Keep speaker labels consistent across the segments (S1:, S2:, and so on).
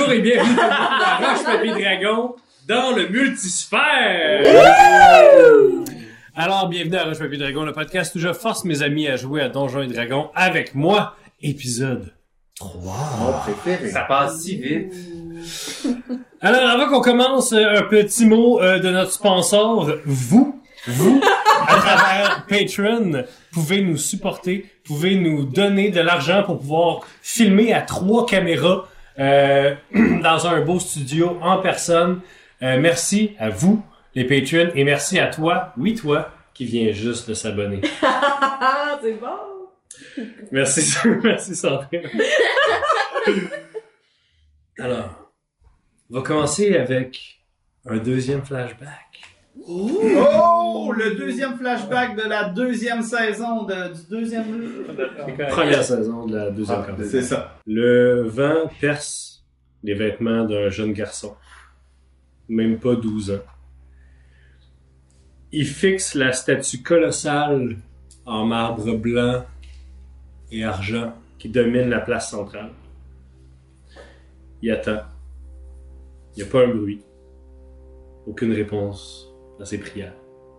S1: Bonjour et bienvenue tout le monde à Roche Papier Dragon dans le multisphère! Alors, bienvenue à Roche Papier Dragon, le podcast où je force mes amis à jouer à Donjons et Dragons avec moi, épisode 3.
S2: Mon préféré.
S3: Ça passe si vite.
S1: Alors, avant qu'on commence, un petit mot de notre sponsor. Vous, à travers Patreon, pouvez nous supporter, pouvez nous donner de l'argent pour pouvoir filmer à 3 caméras dans un beau studio en personne. Merci à vous, les Patreons, et merci à toi, oui toi, qui vient juste de s'abonner.
S4: C'est bon!
S1: Merci, merci Sandrine. Alors, on va commencer avec un deuxième flashback.
S2: Oh! Le deuxième flashback de la deuxième saison du deuxième...
S1: Première saison de la deuxième campagne.
S2: C'est ça.
S1: Le vent perce les vêtements d'un jeune garçon. Même pas 12 ans. Il fixe la statue colossale en marbre blanc et argent qui domine la place centrale. Il attend. Il n'y a pas un bruit. Aucune réponse à ses prières.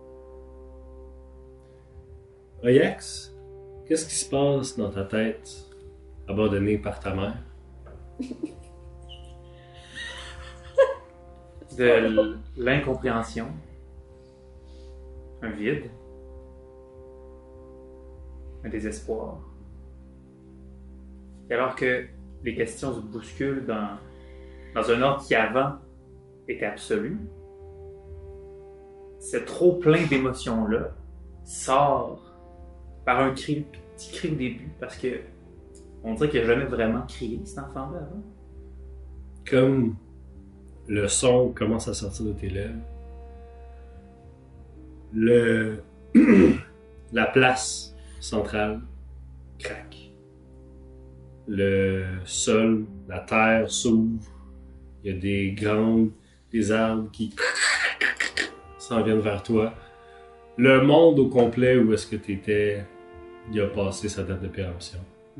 S1: Oyax, qu'est-ce qui se passe dans ta tête abandonnée par ta mère?
S3: De l'incompréhension, un vide, un désespoir. Et alors que les questions se bousculent dans un ordre qui avant était absolu, ce trop plein d'émotions-là sort par un cri, petit cri au début, parce que on dirait qu'il n'a jamais vraiment crié, cet enfant-là, avant.
S1: Comme le son commence à sortir de tes lèvres, la place centrale craque. Le sol, la terre s'ouvre. Il y a des arbres qui s'en viennent vers toi. Le monde au complet où est-ce que tu étais, il a passé sa date de péremption.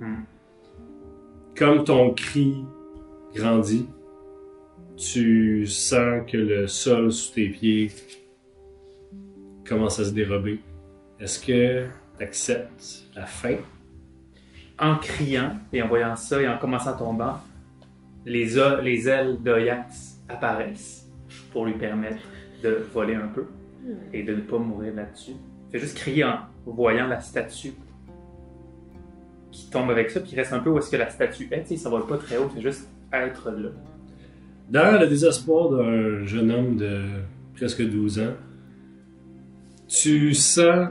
S1: Comme ton cri grandit, tu sens que le sol sous tes pieds commence à se dérober. Est-ce que tu acceptes la fin?
S3: En criant et en voyant ça et en commençant à tomber, les ailes d'Oyax apparaissent pour lui permettre de voler un peu et de ne pas mourir là-dessus. Il fait juste crier en voyant la statue qui tombe avec ça, puis il reste un peu où est-ce que la statue est. Ça ne vole pas très haut, il fait juste être là.
S1: Dans le désespoir d'un jeune homme de presque 12 ans, tu sens...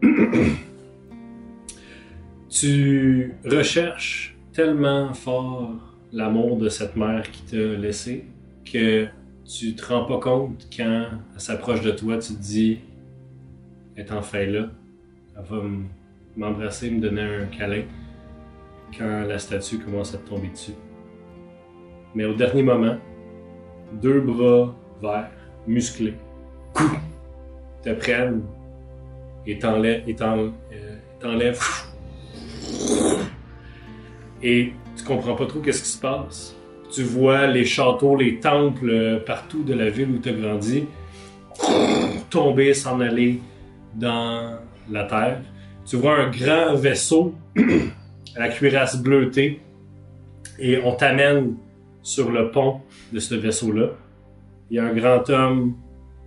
S1: tu recherches tellement fort l'amour de cette mère qui t'a laissé que tu te rends pas compte quand elle s'approche de toi, tu te dis « Elle est enfin là, elle va m'embrasser, me donner un câlin » quand la statue commence à te tomber dessus. Mais au dernier moment, 2 bras verts, musclés, te prennent et t'enlèvent. Et tu comprends pas trop qu'est-ce qui se passe. Tu vois les châteaux, les temples partout de la ville où tu as grandi tomber, s'en aller dans la terre. Tu vois un grand vaisseau à la cuirasse bleutée et on t'amène sur le pont de ce vaisseau-là. Il y a un grand homme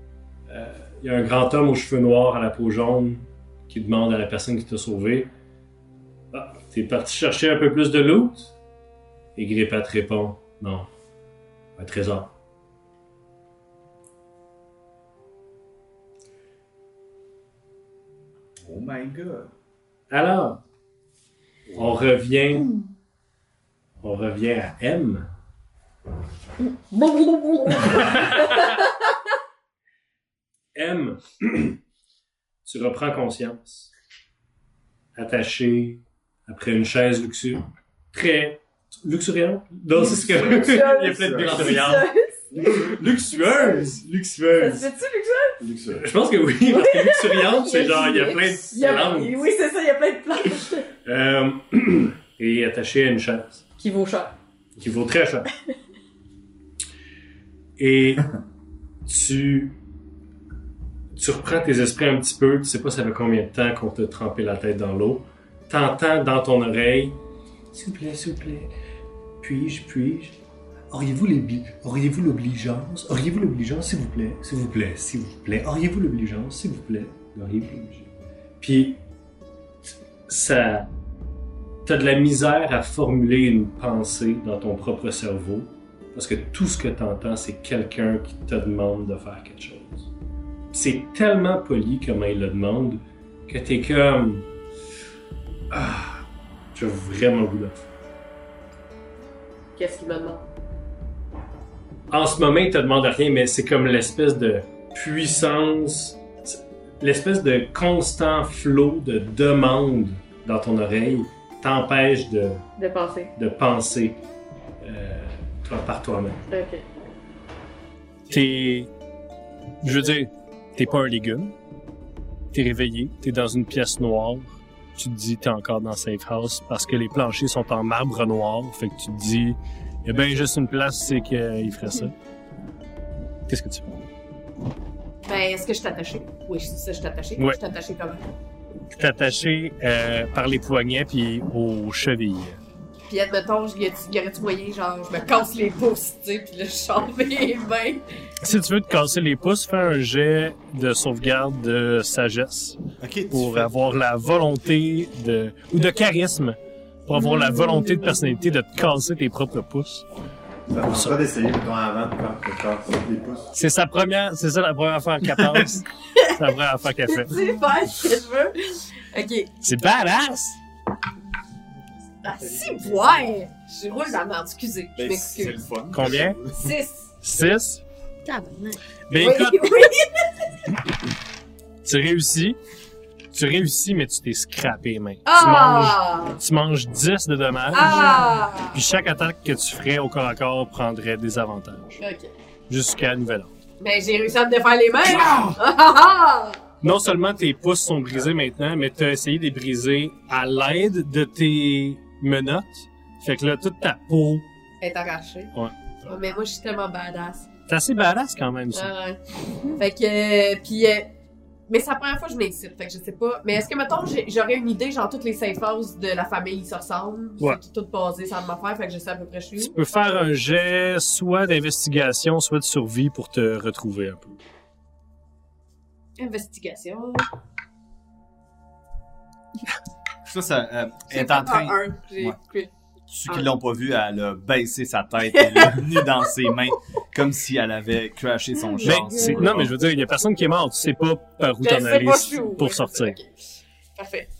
S1: aux cheveux noirs à la peau jaune qui demande à la personne qui t'a sauvé « Ah, t'es parti chercher un peu plus de loot? » Et Grippat répond « Non, un trésor. »
S2: Oh my god.
S1: Alors, on revient à M. M, tu reprends conscience, attaché après une chaise très luxuriante. Non, c'est ce que il y a plein de luxuriante. Luxueuse.
S4: Ça se fait-tu, luxueuse?
S1: Je pense que oui, parce que luxuriante, c'est genre il y a plein de plantes.
S4: Oui, c'est ça, il y a plein de plantes.
S1: Et attaché à une chaise.
S4: Qui vaut cher.
S1: Qui vaut très cher. Et tu reprends tes esprits un petit peu, tu sais pas ça fait combien de temps qu'on t'a trempé la tête dans l'eau. T'entends dans ton oreille, s'il vous plaît, puis-je, auriez-vous l'obligeance, s'il vous plaît, auriez-vous l'obligeance, s'il vous plaît, Puis, ça, t'as de la misère à formuler une pensée dans ton propre cerveau, parce que tout ce que t'entends, c'est quelqu'un qui te demande de faire quelque chose. C'est tellement poli comment il le demande, que t'es comme... Ah, j'ai vraiment le goût de le faire.
S4: Qu'est-ce qu'il me demande?
S1: En ce moment, il te demande rien, mais c'est comme l'espèce de puissance, l'espèce de constant flot de demande dans ton oreille t'empêche de penser par toi-même.
S4: Ok.
S5: Je veux dire, t'es pas un légume. T'es réveillé, t'es dans une pièce noire. Tu te dis t'es encore dans Safe House parce que les planchers sont en marbre noir. Fait que tu te dis, il y a bien juste une place, c'est qu'il ferait ça. Qu'est-ce que tu fais?
S4: Ben, est-ce que je suis attachée? Oui, c'est ça, je suis attachée.
S5: Ouais.
S4: Je suis attachée comment?
S5: T'es attaché par les poignets puis aux chevilles.
S4: Puis admettons, y aurait-tu moyen, genre, je me casse les pouces, tu sais, puis là, je sors mes mains.
S5: Si tu veux te casser les pouces, fais un jet de sauvegarde de sagesse pour avoir la volonté ou de charisme, pour avoir la volonté de personnalité de te casser tes propres pouces.
S6: Ça marche pas d'essayer, mettons, avant de faire que casser les pouces.
S5: C'est ça la première affaire qu'elle passe. C'est la première affaire qu'elle fait.
S4: Tu sais faire ce que je veux? Ok.
S5: C'est badass!
S4: Ah, si, ouais! Je roule dans la merde, excusez, je
S6: C'est le
S4: m'excuse.
S6: fun.
S5: Combien?
S4: 6.
S5: 6?
S4: Tabarnak.
S5: Ben
S4: Oui,
S5: écoute,
S4: oui.
S5: tu réussis, mais tu t'es scrappé les mains.
S4: Ah!
S5: Tu manges 10 de dommages,
S4: Ah!
S5: puis chaque attaque que tu ferais au corps à corps prendrait des avantages.
S4: Ok.
S5: Jusqu'à nouvel ordre.
S4: Ben, j'ai réussi à me défaire les mains! Ah! Ah!
S5: Non seulement tes pouces sont brisés maintenant, mais tu as essayé de les briser à l'aide de tes menottes. Fait que là, toute ta peau...
S4: Elle est arrachée.
S5: Ouais.
S4: Oh, mais moi, je suis tellement badass.
S5: C'est assez badass quand même, ça.
S4: Ouais. Fait que, mais c'est la première fois que je m'incite, fait que je sais pas. Mais est-ce que, mettons, j'aurais une idée, genre, toutes les safe houses de la famille se ressemblent?
S5: Ouais.
S4: C'est tout basé sur ma affaire, fait que je sais à peu près je suis
S5: Tu
S4: où.
S5: peux faire un jet soit d'investigation, soit de survie pour te retrouver un peu.
S4: Investigation.
S6: Ça est en train...
S4: J'ai
S6: Ouais.
S4: crit.
S6: Ceux qui l'ont pas vu, elle a baissé sa tête et elle est venue dans ses mains comme si elle avait crashé son
S5: Mais
S6: char.
S5: non, mais je veux dire, il y a personne qui est mort. Tu sais pas par où
S4: Je
S5: t'en
S4: sais
S5: aller
S4: pas, je suis où.
S5: pour
S4: Ouais,
S5: sortir.
S4: ok. Parfait.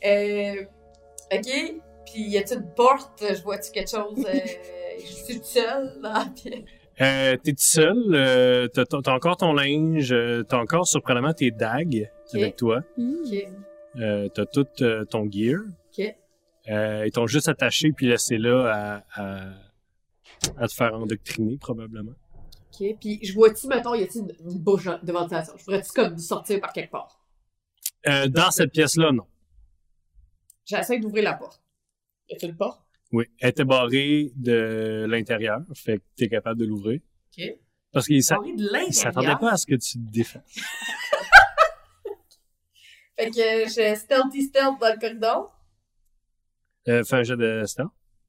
S4: Ok. Puis y a-t-il une porte? Je vois-tu quelque chose? Je suis toute seule dans la pièce.
S5: T'es tout seul, t'as encore ton linge, t'as encore surprenamment tes dagues avec toi.
S4: Ok.
S5: T'as tout ton gear.
S4: Ok.
S5: Ils t'ont juste attaché puis laissé là à te faire endoctriner probablement.
S4: Ok. Puis je vois-tu, mettons, y a-t-il une bouche de ventilation? Je pourrais-tu comme sortir par quelque part?
S5: Dans cette pièce-là, non.
S4: J'essaie d'ouvrir la porte. Y a-t-il une porte?
S5: Oui, elle était barrée de l'intérieur, fait que t'es capable de l'ouvrir.
S4: Ok.
S5: Parce qu'il
S4: Barrée de l'intérieur.
S5: s'attendait pas à ce que tu te défasses.
S4: Fait que je stealth dans le corridor.
S5: Fais un jet de stealth.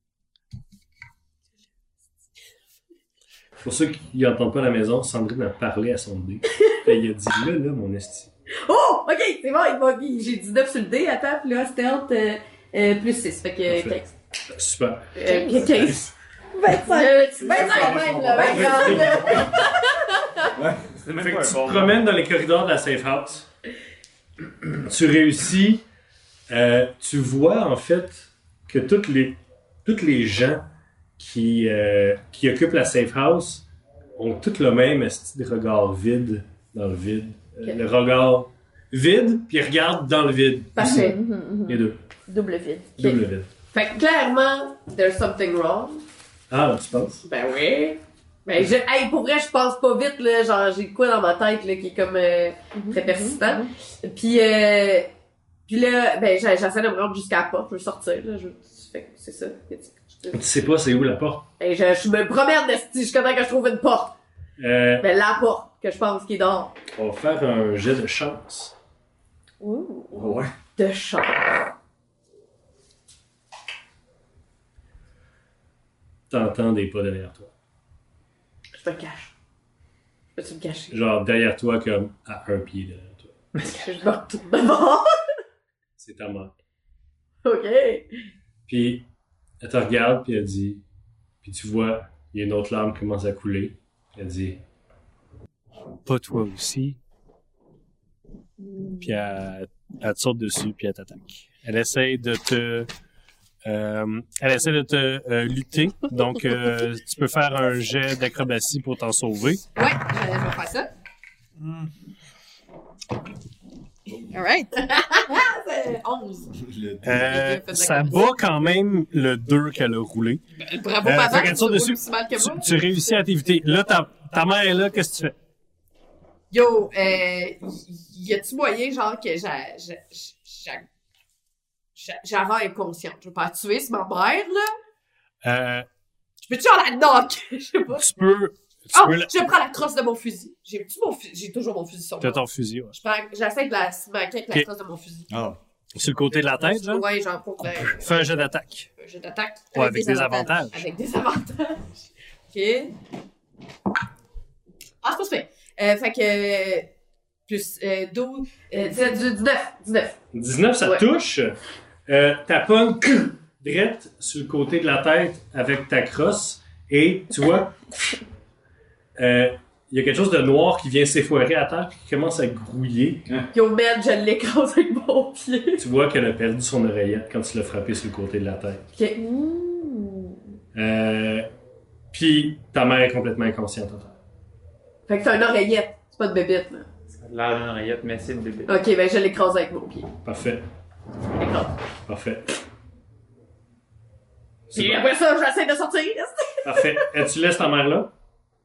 S1: Pour ceux qui n'entendent pas à la maison, Sandrine a parlé à son dé. Et il a dit là, mon esti.
S4: Oh! Ok, c'est bon, j'ai 19 sur le dé, attends, puis là, stealth plus 6, fait que
S1: Parfait.
S4: 15.
S1: Super.
S4: 15. 25 même, là, 20
S3: C'est même
S1: Fait
S3: pas
S1: que
S3: un
S1: tu
S3: bon.
S1: te promènes dans les corridors de la safe house. Tu réussis. Tu vois en fait que toutes les gens qui occupent la safe house ont tous le même esti de regard vide dans le vide. Le regard vide, puis ils regardent dans le vide.
S4: Parfait.
S1: aussi. Les deux.
S4: Double vide.
S1: Double vide.
S4: Fait que clairement, there's something wrong.
S1: Ah, tu penses?
S4: Ben oui. Ben, hey, pour vrai, je pense pas vite, là. Genre, j'ai de quoi dans ma tête, là, qui est comme très persistant. Puis là, ben, j'essaie de me rendre jusqu'à la porte. Je veux sortir, là. Fait que c'est ça.
S1: Tu sais pas c'est où la porte?
S4: Et je me promène, jusqu'à temps que je trouve une porte. Ben, la porte, que je pense qu'il est dehors.
S1: On va faire un jet de chance.
S4: Ouh.
S6: Ouais.
S4: De chance.
S1: T'entends des pas derrière toi.
S4: Je me cache. Peux-tu me cacher?
S1: Genre derrière toi, comme à un pied derrière toi.
S4: Je me retourne d'abord.
S1: C'est ta mère.
S4: Ok.
S1: Puis, elle te regarde, puis elle dit... Puis tu vois, il y a une autre larme qui commence à couler. Elle dit...
S5: Pas toi aussi. Puis elle te saute dessus, puis elle t'attaque. Elle essaie de te... lutter. Donc, tu peux faire un jet d'acrobatie pour t'en sauver.
S7: Ouais, je vais faire ça. Alright. C'est 11.
S5: Ça bat quand même le 2 qu'elle a roulé.
S7: Bravo,
S5: Fait
S7: papa.
S5: qu'elle saute dessus.
S7: Aussi mal que moi.
S5: Tu réussis à t'éviter. Là, ta mère est là, qu'est-ce que tu fais?
S7: Yo, y a-tu moyen, genre, que j'avais inconsciente? Je veux pas la tuer, c'est ma mère, là. Je peux-tu genre la knock? Je sais pas.
S5: Tu peux
S7: Je prends la crosse de mon fusil. J'ai toujours mon fusil sur
S5: T'as
S7: moi.
S5: ton fusil, ouais.
S7: J'essaie de la smacker avec la
S5: Ok.
S7: crosse de mon fusil.
S6: Ah.
S5: Sur le côté de la tête, genre?
S7: Ouais, genre pour
S5: Fais un jet d'attaque.
S7: je t'attaque.
S5: Ouais, avec des avantages.
S7: Avec des avantages. Ok. Ah, c'est pas super. Fait que plus 12,
S4: 19.
S1: 19, ça
S4: Ouais.
S1: touche. Ta pogne drette sur le côté de la tête avec ta crosse. Et tu vois, il y a quelque chose de noir qui vient s'effoirer à terre et qui commence à grouiller.
S4: Yo, man, je l'écrase avec mon pied.
S1: Tu vois qu'elle a perdu son oreillette quand tu l'as frappé sur le côté de la tête.
S4: Ok.
S1: Puis ta mère est complètement inconsciente à terre.
S4: Fait que c'est une oreillette. C'est pas de bébite, là.
S3: Ça a l'air d'une oreillette, mais c'est une bébé.
S4: Ok, ben je l'écrase avec mon pied.
S1: Parfait.
S4: Écrase.
S1: Parfait. C'est
S4: Puis
S1: bon.
S4: après ça, j'essaie de sortir.
S1: Parfait. Tu laisses ta mère là?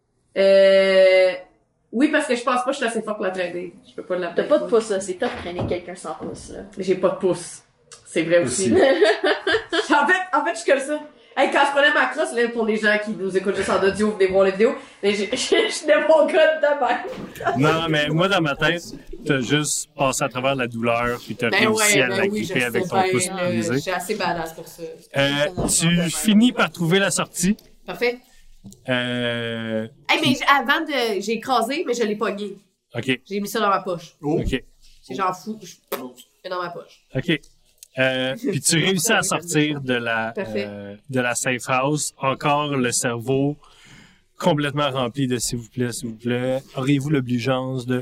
S4: Oui, parce que je pense pas que je suis assez fort pour la traîner. Je peux pas la
S8: T'as pas de pouce, là. C'est top de traîner quelqu'un sans pouce, là.
S4: J'ai pas de pouce. C'est vrai aussi.
S1: Aussi.
S4: en fait, je suis comme ça. Hey, quand je prenais ma crosse, là, pour les gens qui nous écoutent juste en audio, venez voir les vidéos, mais je tenais mon code de même.
S5: Non, mais moi, dans ma tête, t'as juste passé à travers la douleur puis t'as réussi à l'agripper avec ton pouce brisé.
S7: je suis assez badass pour ça.
S5: Tu finis par trouver la sortie.
S7: Parfait.
S5: Euh...
S7: Hey, mais avant de. J'ai écrasé, mais je l'ai pogné.
S5: OK,
S7: J'ai mis ça dans ma poche.
S5: OK,
S7: C'est genre fou. Je mets dans ma poche.
S5: OK. Puis tu réussis à sortir de la safe house. Encore le cerveau complètement rempli de s'il vous plaît. Auriez-vous l'obligeance de...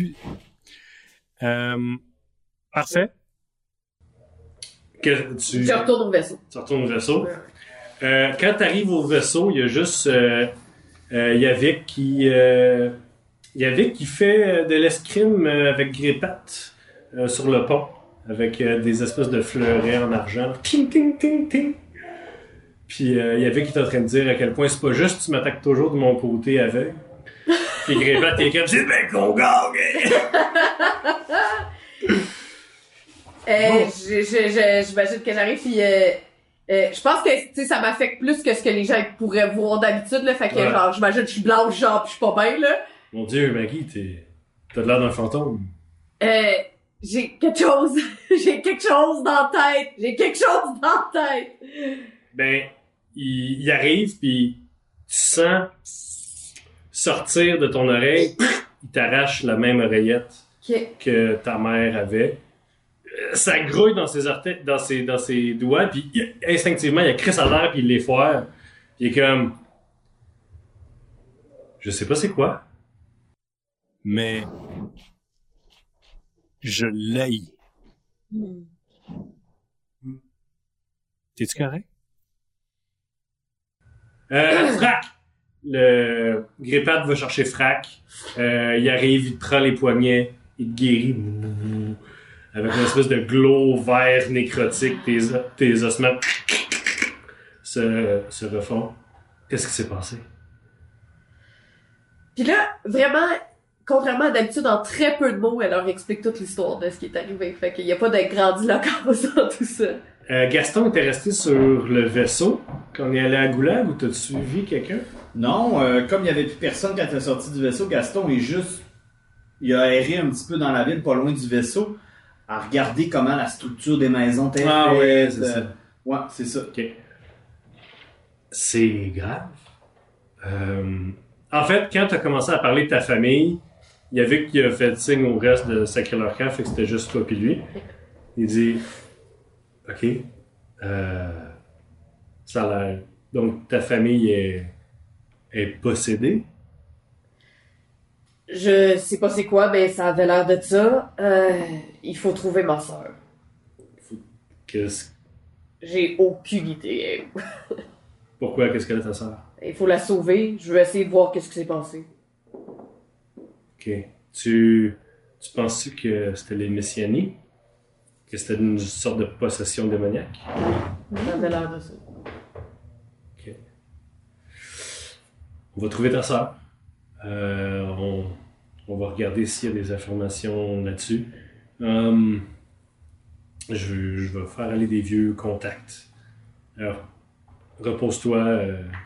S5: Parfait.
S4: Je retourne au vaisseau.
S1: Tu retournes au vaisseau. Quand tu arrives au vaisseau, il y a juste Yavik qui fait de l'escrime avec Greypat sur le pont, avec des espèces de fleurets en argent. Ting, ting, ting, ting. Puis Yavik qui est en train de dire à quel point c'est pas juste, tu m'attaques toujours de mon côté avec. Puis Greypat est comme, c'est bien qu'on gagne!
S4: J'imagine que j'arrive, puis je pense que tu sais ça m'affecte plus que ce que les gens pourraient voir d'habitude, là. Fait que
S1: Ouais.
S4: genre, j'imagine que je suis blanche, genre, pis je suis pas bien, là.
S1: Mon Dieu, Maggie, t'as l'air d'un fantôme.
S4: J'ai quelque chose. J'ai quelque chose dans la tête. J'ai quelque chose dans la tête.
S1: Ben, il arrive, puis tu sens sortir de ton oreille, il t'arrache la même oreillette
S4: Ok.
S1: que ta mère avait. Ça grouille dans ses orteils, dans ses doigts, puis instinctivement, il a crissé à l'air, puis il les foire. Puis il est comme... Je sais pas c'est quoi.
S5: Mais je l'haïs. T'es-tu correct?
S1: Frac! Le Greypat va chercher Frac. Il arrive, il te prend les poignets, il te guérit. Avec une espèce de glow vert nécrotique, tes ossements se refont. Qu'est-ce qui s'est passé?
S4: Puis là, vraiment, contrairement à d'habitude, en très peu de mots, elle leur explique toute l'histoire de ce qui est arrivé. Fait qu'il y a pas de grandiloquence dans tout ça.
S1: Gaston était resté sur le vaisseau quand on est allé à Goulag ou t'as suivi quelqu'un?
S2: Non, comme il n'y avait plus personne quand t'es sorti du vaisseau, Gaston est juste... Il a erré un petit peu dans la ville, pas loin du vaisseau, à regarder comment la structure des maisons était
S1: Ah
S2: faite.
S1: ouais, c'est ça.
S2: Ouais, c'est ça.
S1: Ok. C'est grave. En fait, quand tu as commencé à parler de ta famille, il y avait qui a fait signe au reste de sacrer leur camp, fait que c'était juste toi puis lui. Il dit OK. Ça a l'air. Donc ta famille est possédée.
S4: Je sais pas c'est quoi, mais ça avait l'air de ça. Il faut trouver ma sœur.
S1: Qu'est-ce...
S4: J'ai aucune idée.
S1: Pourquoi? Qu'est-ce qu'elle a ta sœur?
S4: Il faut la sauver. Je vais essayer de voir qu'est-ce qui s'est passé.
S1: OK. Tu penses que c'était les Messiani? Que c'était une sorte de possession démoniaque?
S4: Ça avait l'air de ça.
S1: OK. On va trouver ta sœur. On va regarder s'il y a des informations là-dessus. Je vais faire aller des vieux contacts. Alors, repose-toi.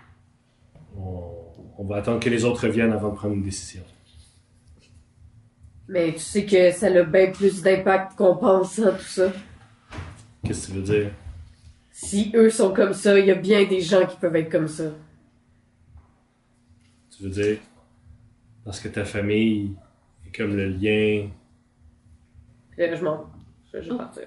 S1: On va attendre que les autres reviennent avant de prendre une décision.
S4: Mais tu sais que ça a bien plus d'impact qu'on pense, hein, tout ça.
S1: Qu'est-ce que tu veux dire?
S4: Si eux sont comme ça, il y a bien des gens qui peuvent être comme ça.
S1: Tu veux dire, parce que ta famille est comme le lien...
S4: Là, je m'en vais. Je vais partir.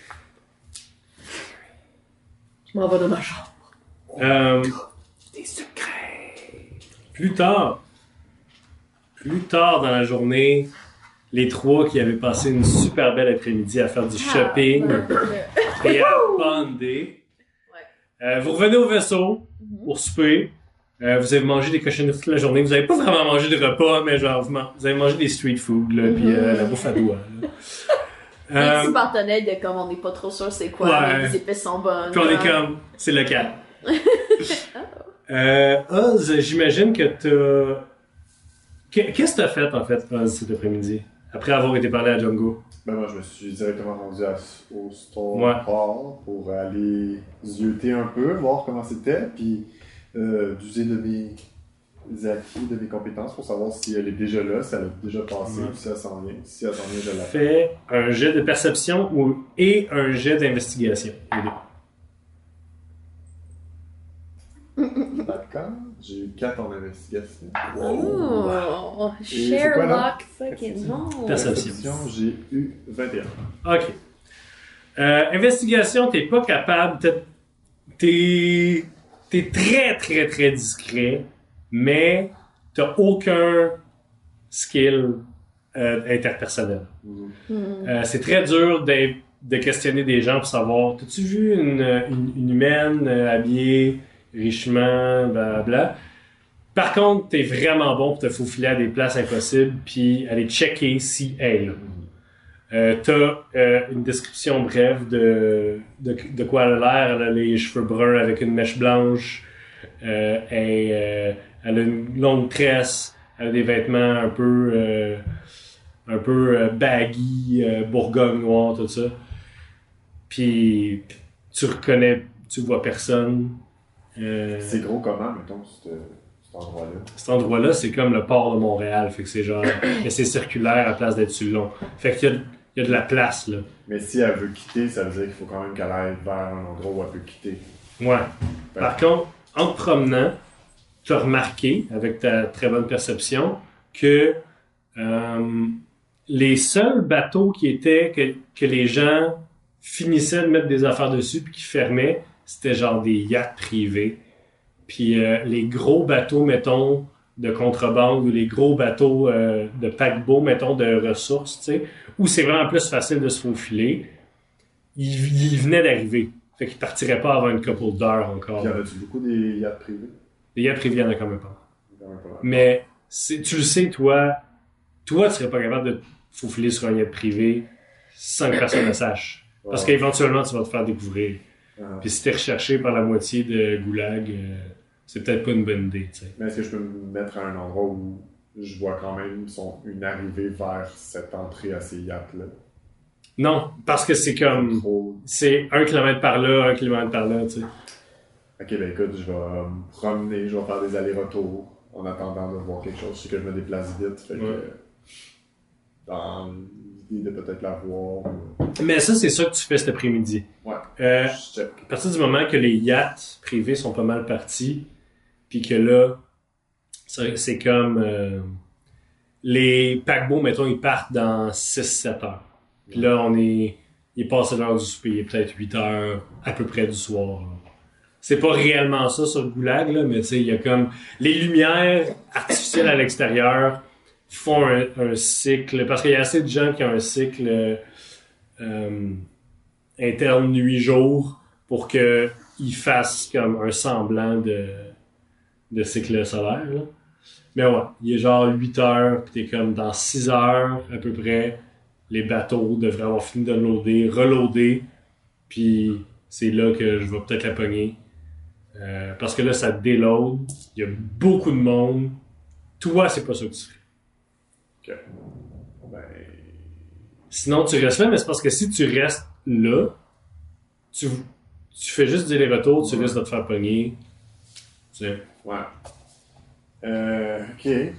S4: Je m'en vais dans ma chambre.
S1: Des secrets. Plus tard dans la journée, les trois qui avaient passé une super belle après-midi à faire du shopping et à bonder, vous revenez au vaisseau pour souper. Vous avez mangé des cochonneries toute la journée. Vous avez pas vraiment mangé de repas, mais genre vous avez mangé des street food là, puis la bouffe à doigts.
S8: Les petits partenaires de comme on n'est pas trop sûr c'est quoi, mais les épices sont bonnes.
S1: Puis on est comme, c'est local. Oz, j'imagine que t'as... Qu'est-ce que t'as fait en fait, Oz, cet après-midi? Après avoir été parlé à Django?
S9: Ben moi je me suis directement rendu au store bar pour aller zioter un peu, voir comment c'était, puis d'user de mes acquis, de mes compétences pour savoir si elle est déjà là, si elle a déjà passé, ou si elle s'en vient. Si elle s'en vient, je la fais.
S1: Fais un jet de perception et un jet d'investigation. Les deux.
S9: D'accord. J'ai eu 4 en investigation.
S8: Oh, Sherlock fucking Holmes.
S1: Perception.
S9: J'ai eu 21.
S1: Ok. Investigation, t'es pas capable. T'es très très très discret, mais t'as aucun skill interpersonnel. C'est très dur de questionner des gens pour savoir, t'as-tu vu une humaine habillée richement, blablabla. Par contre, t'es vraiment bon pour te faufiler à des places impossibles puis aller checker si elle est là. T'as une description brève de quoi elle a l'air. Elle a les cheveux bruns avec une mèche blanche. Elle a une longue tresse. Elle a des vêtements un peu baggy, bourgogne noir, tout ça. Puis tu vois personne.
S9: C'est gros comment, mettons, cet endroit-là?
S1: Cet endroit-là, c'est comme le port de Montréal. Fait que c'est genre... mais c'est circulaire à place d'être sur le long. Fait qu'il y a de la place, là.
S9: Mais si elle veut quitter, ça veut dire qu'il faut quand même qu'elle aille vers un endroit où elle peut quitter.
S1: Ouais. Par contre, en te promenant, tu as remarqué, avec ta très bonne perception, que les seuls bateaux qui étaient... que les gens finissaient de mettre des affaires dessus puis qui fermaient, c'était genre des yachts privés. Puis les gros bateaux, mettons, de contrebande ou les gros bateaux de paquebot, mettons, de ressources, tu sais, où c'est vraiment plus facile de se faufiler, ils venaient d'arriver. Fait qu'ils partiraient pas avant une couple d'heures encore.
S9: Puis y en a-tu beaucoup des yachts privés?
S1: Des yachts privés, il y en a quand même pas. Mais tu le sais, toi, tu serais pas capable de te faufiler sur un yacht privé sans que personne ne sache. Parce qu'éventuellement, tu vas te faire découvrir. Puis si t'es recherché par la moitié de Goulag, c'est peut-être pas une bonne idée, tu sais.
S9: Mais est-ce que je peux me mettre à un endroit où je vois quand même une arrivée vers cette entrée à ces yachts-là?
S1: Non, parce que c'est comme... C'est 1 kilomètre par là, 1 kilomètre par là, tu sais.
S9: Ok, ben écoute, je vais me promener, je vais faire des allers-retours en attendant de voir quelque chose. Je sais que je me déplace vite, fait que dans l'idée de peut-être la voir.
S1: Mais ça, c'est ça que tu fais cet après-midi.
S9: Ouais.
S1: À partir du moment que les yachts privés sont pas mal partis, puis que là, c'est comme les paquebots, mettons, ils partent dans 6-7 heures. Puis là, il est passé l'heure du souper, il est peut-être 8 heures à peu près du soir. Là. C'est pas réellement ça sur le goulag, là, mais tu sais, il y a comme les lumières artificielles à l'extérieur font un cycle, parce qu'il y a assez de gens qui ont un cycle interne nuit-jour pour qu'ils fassent comme un semblant de cycle solaire. Là. Mais ouais, il est genre 8 heures, pis t'es comme dans 6 heures à peu près, les bateaux devraient avoir fini de loader, reloader, puis c'est là que je vais peut-être la pogner. Parce que là, ça déload, il y a beaucoup de monde. Toi, c'est pas ça que tu fais.
S9: Ok. Ben...
S1: Sinon, tu restes là, mais c'est parce que si tu restes là, tu fais juste des retours, tu risques de te faire pogner. Tu sais.
S9: Ouais. Ok. Fait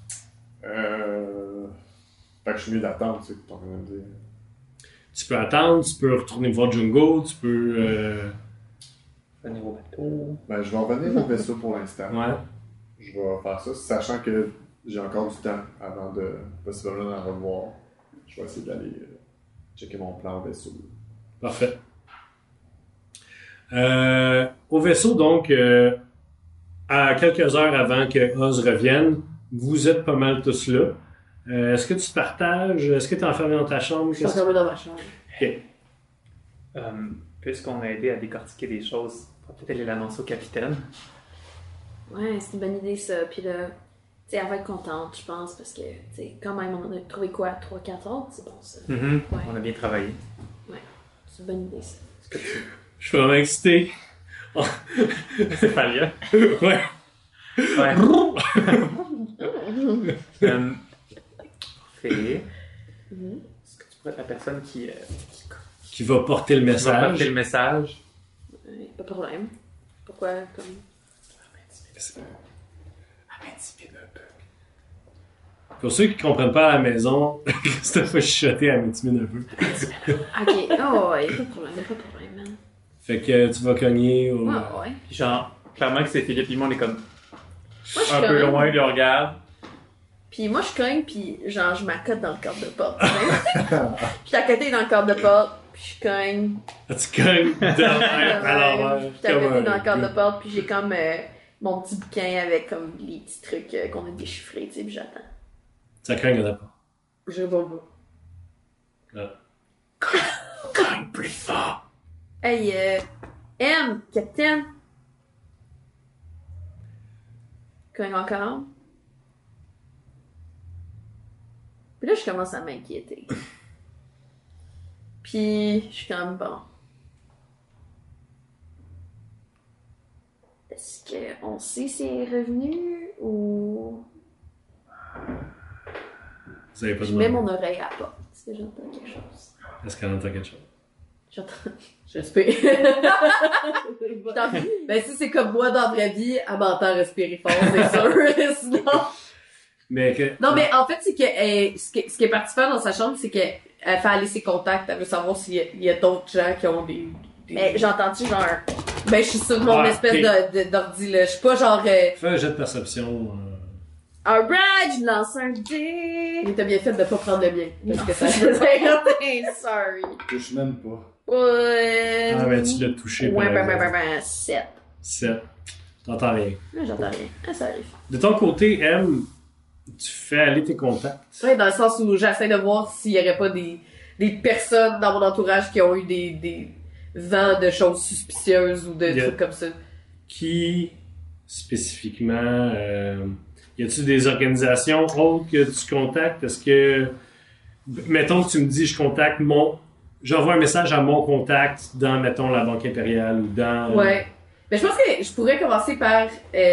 S9: que je suis mieux d'attendre, c'est ce que t'es en train de me dire.
S1: Tu peux attendre, tu peux retourner voir Jungo, tu peux...
S3: Venir au bateau.
S9: Ben, je vais revenir au vaisseau pour l'instant.
S1: Ouais.
S9: Je vais faire ça, sachant que j'ai encore du temps avant de possiblement en revoir. Je vais essayer d'aller checker mon plan au vaisseau.
S1: Parfait. Au vaisseau, donc, à quelques heures avant que Oz revienne, vous êtes pas mal tous là. Est-ce que tu te partages? Est-ce que tu es enfermé dans ta chambre?
S4: Je suis enfermé dans ma chambre.
S1: Ok.
S3: Puisqu'on a aidé à décortiquer des choses, on va peut-être aller l'annoncer au capitaine.
S8: Ouais, c'est une bonne idée ça. Puis là, tu sais, elle va être contente, je pense, parce que, tu sais, quand même, on a trouvé quoi, 3-4 autres, c'est bon ça.
S3: Mm-hmm.
S8: Ouais.
S3: On a bien travaillé.
S8: Ouais, c'est une bonne idée ça.
S1: Je suis vraiment excité.
S3: C'est pas bien.
S1: Ouais.
S3: Ouais. Parfait. Est-ce que tu pourrais être la personne
S1: Qui va porter le
S3: va
S1: message.
S3: porter le message?
S8: Pas de problème. Pourquoi, comme...
S1: Pour ceux qui comprennent pas à la maison, Christophe a chuchoté à m'intimider un peu.
S8: Ok, oh, ouais, pas de problème, man.
S1: Fait que tu vas cogner au...
S8: Ah, ouais.
S3: Puis genre, clairement que c'est Philippe, puis moi on est comme
S8: Moi, je
S3: un peu
S8: cogne.
S3: loin, il le regarde.
S8: Puis moi, je cogne, puis genre, je m'accote dans le cadre de porte. Puis à côté dans le cadre de porte, puis je cogne.
S1: Ah, tu cognes à l'envers.
S8: Puis à côté dans le cadre de porte, puis j'ai comme mon petit bouquin avec comme les petits trucs qu'on a déchiffrés, tu sais, puis j'attends.
S1: Ça cogne à la porte.
S8: Je réponds pas.
S1: Cogne plus fort.
S8: Hey, M, capitaine. Cogne encore. Puis là, je commence à m'inquiéter. Puis, je suis comme, bon. Est-ce qu'on sait ses revenus ou...
S1: Vous avez pas
S8: Je
S1: demandé.
S8: mets mon oreille à la porte. Est-ce que j'entends quelque chose?
S1: Est-ce qu'elle entend quelque chose?
S8: J'entends. J'espère. Ben, si c'est comme moi dans la vraie vie, elle m'entend respirer fort, c'est sûr. Sinon...
S1: Mais que...
S8: Non, mais en fait, c'est que ce qui est parti faire dans sa chambre, c'est qu'elle fait aller ses contacts. Elle veut savoir s'il y a d'autres gens qui ont des... Mais j'entends-tu genre... Ben, je suis sur mon espèce d'ordi, là. Je suis pas genre...
S1: Fais un jet de perception.
S8: Alright, je lance un dé. Mais t'as bien fait de pas prendre le mien. Parce que ça faisait... Sorry.
S9: Je touche même pas.
S1: Ah, ben tu l'as touché.
S8: Ouais, 7.
S1: 7. T'entends rien.
S8: J'entends rien. Ah, ça arrive.
S1: De ton côté, M, tu fais aller tes contacts.
S4: Ouais, dans le sens où j'essaie de voir s'il y aurait pas des personnes dans mon entourage qui ont eu des vents de choses suspicieuses ou de trucs comme ça.
S1: Qui, spécifiquement, y a-tu des organisations autres que tu contactes? Est-ce que, mettons que tu me dis, j'envoie un message à mon contact dans, mettons, la Banque Impériale ou dans...
S4: Ouais. Mais je pense que je pourrais commencer par...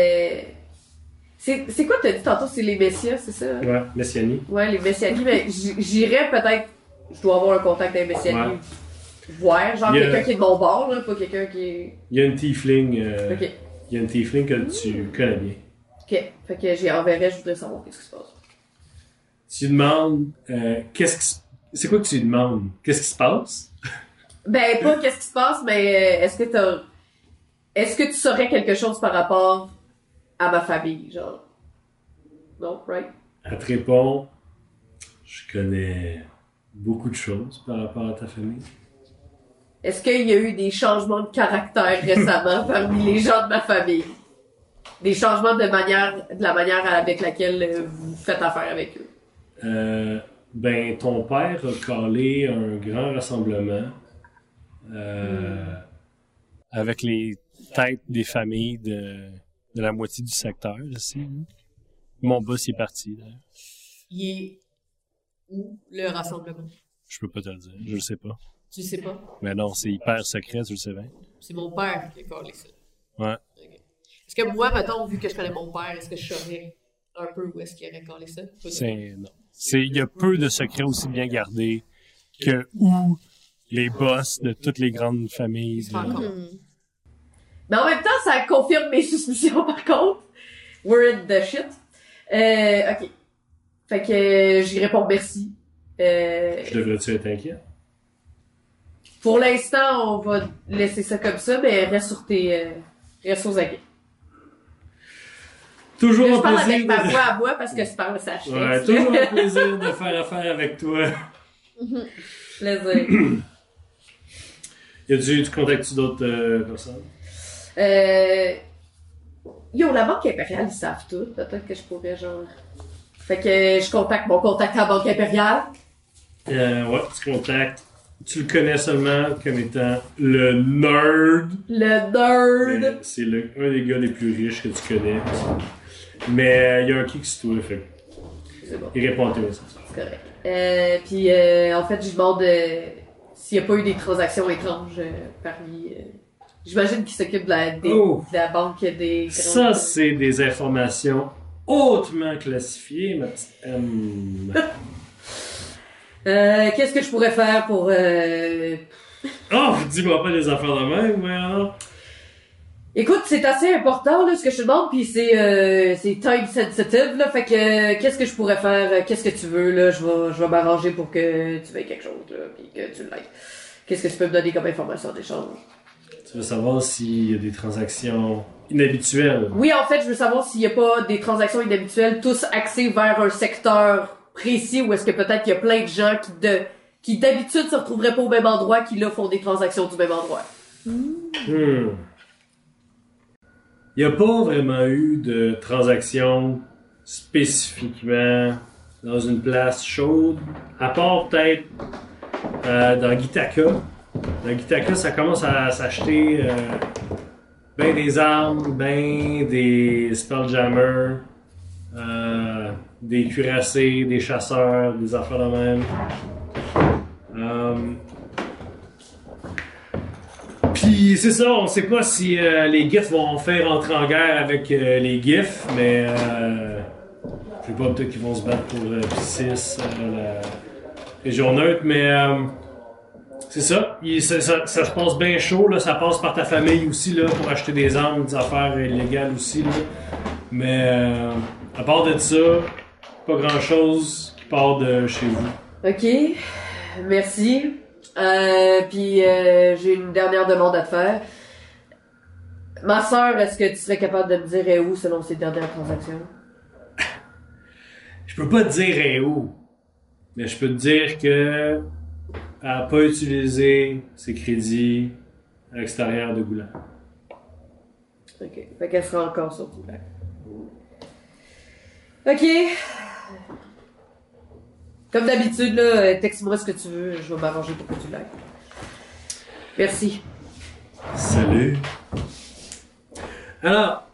S4: C'est quoi t'as dit tantôt? C'est les Messias, c'est ça?
S1: Ouais, Messiani.
S4: Ouais, les Messiani, mais j'irais peut-être... Je dois avoir un contact avec Messiani.
S1: Ouais.
S4: voir, genre quelqu'un qui est de mon bord, là, pas quelqu'un qui est...
S1: Il y a une tiefling,
S4: Ok.
S1: il y a une tiefling que tu connais bien.
S4: Ok, fait que j'y enverrai, je voudrais savoir qu'est-ce qui se passe.
S1: Tu lui demandes, c'est quoi que tu lui demandes? Qu'est-ce qui se passe?
S4: Ben, pas qu'est-ce qui se passe, mais est-ce que tu saurais quelque chose par rapport à ma famille, genre? Non, right?
S1: Elle te répond, je connais beaucoup de choses par rapport à ta famille.
S4: Est-ce qu'il y a eu des changements de caractère récemment parmi les gens de ma famille? Des changements de la manière avec laquelle vous faites affaire avec eux?
S1: Ben, ton père a calé un grand rassemblement.
S5: Avec les têtes des familles de la moitié du secteur, ici. Hein. Mon boss, il est parti, d'ailleurs.
S7: Il est où, le rassemblement?
S5: Je peux pas te le dire, je le sais pas.
S7: Tu le sais pas?
S5: Mais non, c'est hyper secret, tu le sais bien.
S7: C'est mon père qui a collé ça.
S5: Ouais.
S7: Okay. Est-ce que moi, mettons, vu que je connais mon père, est-ce que je saurais un peu où est-ce qu'il aurait collé ça?
S5: Non. Il y a peu de secrets aussi bien gardés que où les boss de toutes les grandes familles.
S4: Mais en même temps, ça confirme mes suspicions, par contre. We're in the shit. Ok. Fait que j'y réponds merci.
S1: Je devrais-tu être inquiet?
S4: Pour l'instant, on va laisser ça comme ça, mais reste sur reste aux aguets.
S1: Toujours
S4: là,
S1: un
S4: je parle
S1: plaisir
S4: avec ma voix à moi parce que je parle ça.
S1: Ouais, toujours un plaisir de faire affaire avec toi.
S4: Plaisir.
S1: Tu contactes-tu d'autres personnes?
S4: La Banque Impériale, ils savent tout. Peut-être que je pourrais, genre... Fait que je contacte mon contact à la Banque Impériale.
S1: Ouais, tu contactes. Tu le connais seulement comme étant le nerd.
S4: Le nerd!
S1: Mais c'est un des gars les plus riches que tu connais. Mais il y a un kick sur toi, fait.
S4: C'est bon.
S1: Il répond à tes messages.
S4: C'est correct. Puis, en fait, je demande s'il n'y a pas eu des transactions étranges parmi... J'imagine qu'il s'occupe de la banque des...
S1: Ça, c'est des informations hautement classifiées, ma petite M.
S4: Qu'est-ce que je pourrais faire pour...
S1: Oh, dis-moi pas des affaires de même, mais alors...
S4: Écoute, c'est assez important, là, ce que je te demande, pis c'est time sensitive, là, fait que, qu'est-ce que je pourrais faire, qu'est-ce que tu veux, là, je vais m'arranger pour que tu veuilles quelque chose, là, pis que tu l'aies. Qu'est-ce que tu peux me donner comme information d'échange?
S1: Tu veux savoir s'il y a des transactions inhabituelles?
S4: Oui, en fait, je veux savoir s'il y a pas des transactions inhabituelles, tous axées vers un secteur précis, ou est-ce que peut-être qu'il y a plein de gens qui d'habitude se retrouveraient pas au même endroit, qui là font des transactions du même endroit.
S1: Il n'y a pas vraiment eu de transactions spécifiquement dans une place chaude, à part peut-être dans Githaka. Dans Githaka, ça commence à s'acheter ben des armes, ben des spelljammers, des cuirassés, des chasseurs, des affaires de même. Puis c'est ça, on sait pas si les Gifs vont faire entrer en guerre avec les Gifs, mais je sais pas, peut-être qu'ils vont se battre pour P6, la région neutre, mais c'est ça. Ça se passe bien chaud, là, ça passe par ta famille aussi là, pour acheter des armes, des affaires illégales aussi. Là. Mais à part de ça, pas grand-chose qui part de chez vous.
S4: Ok, merci. Puis j'ai une dernière demande à te faire. Ma sœur, est-ce que tu serais capable de me dire où selon ses dernières transactions?
S1: Je peux pas te dire où, mais je peux te dire que elle a pas utilisé ses crédits à l'extérieur de Goulan.
S4: Ok, fait qu'elle sera encore sur Goulan. Ok. Comme d'habitude, là, texte-moi ce que tu veux, je vais m'arranger pour que tu l'aies. Merci.
S1: Salut. Alors,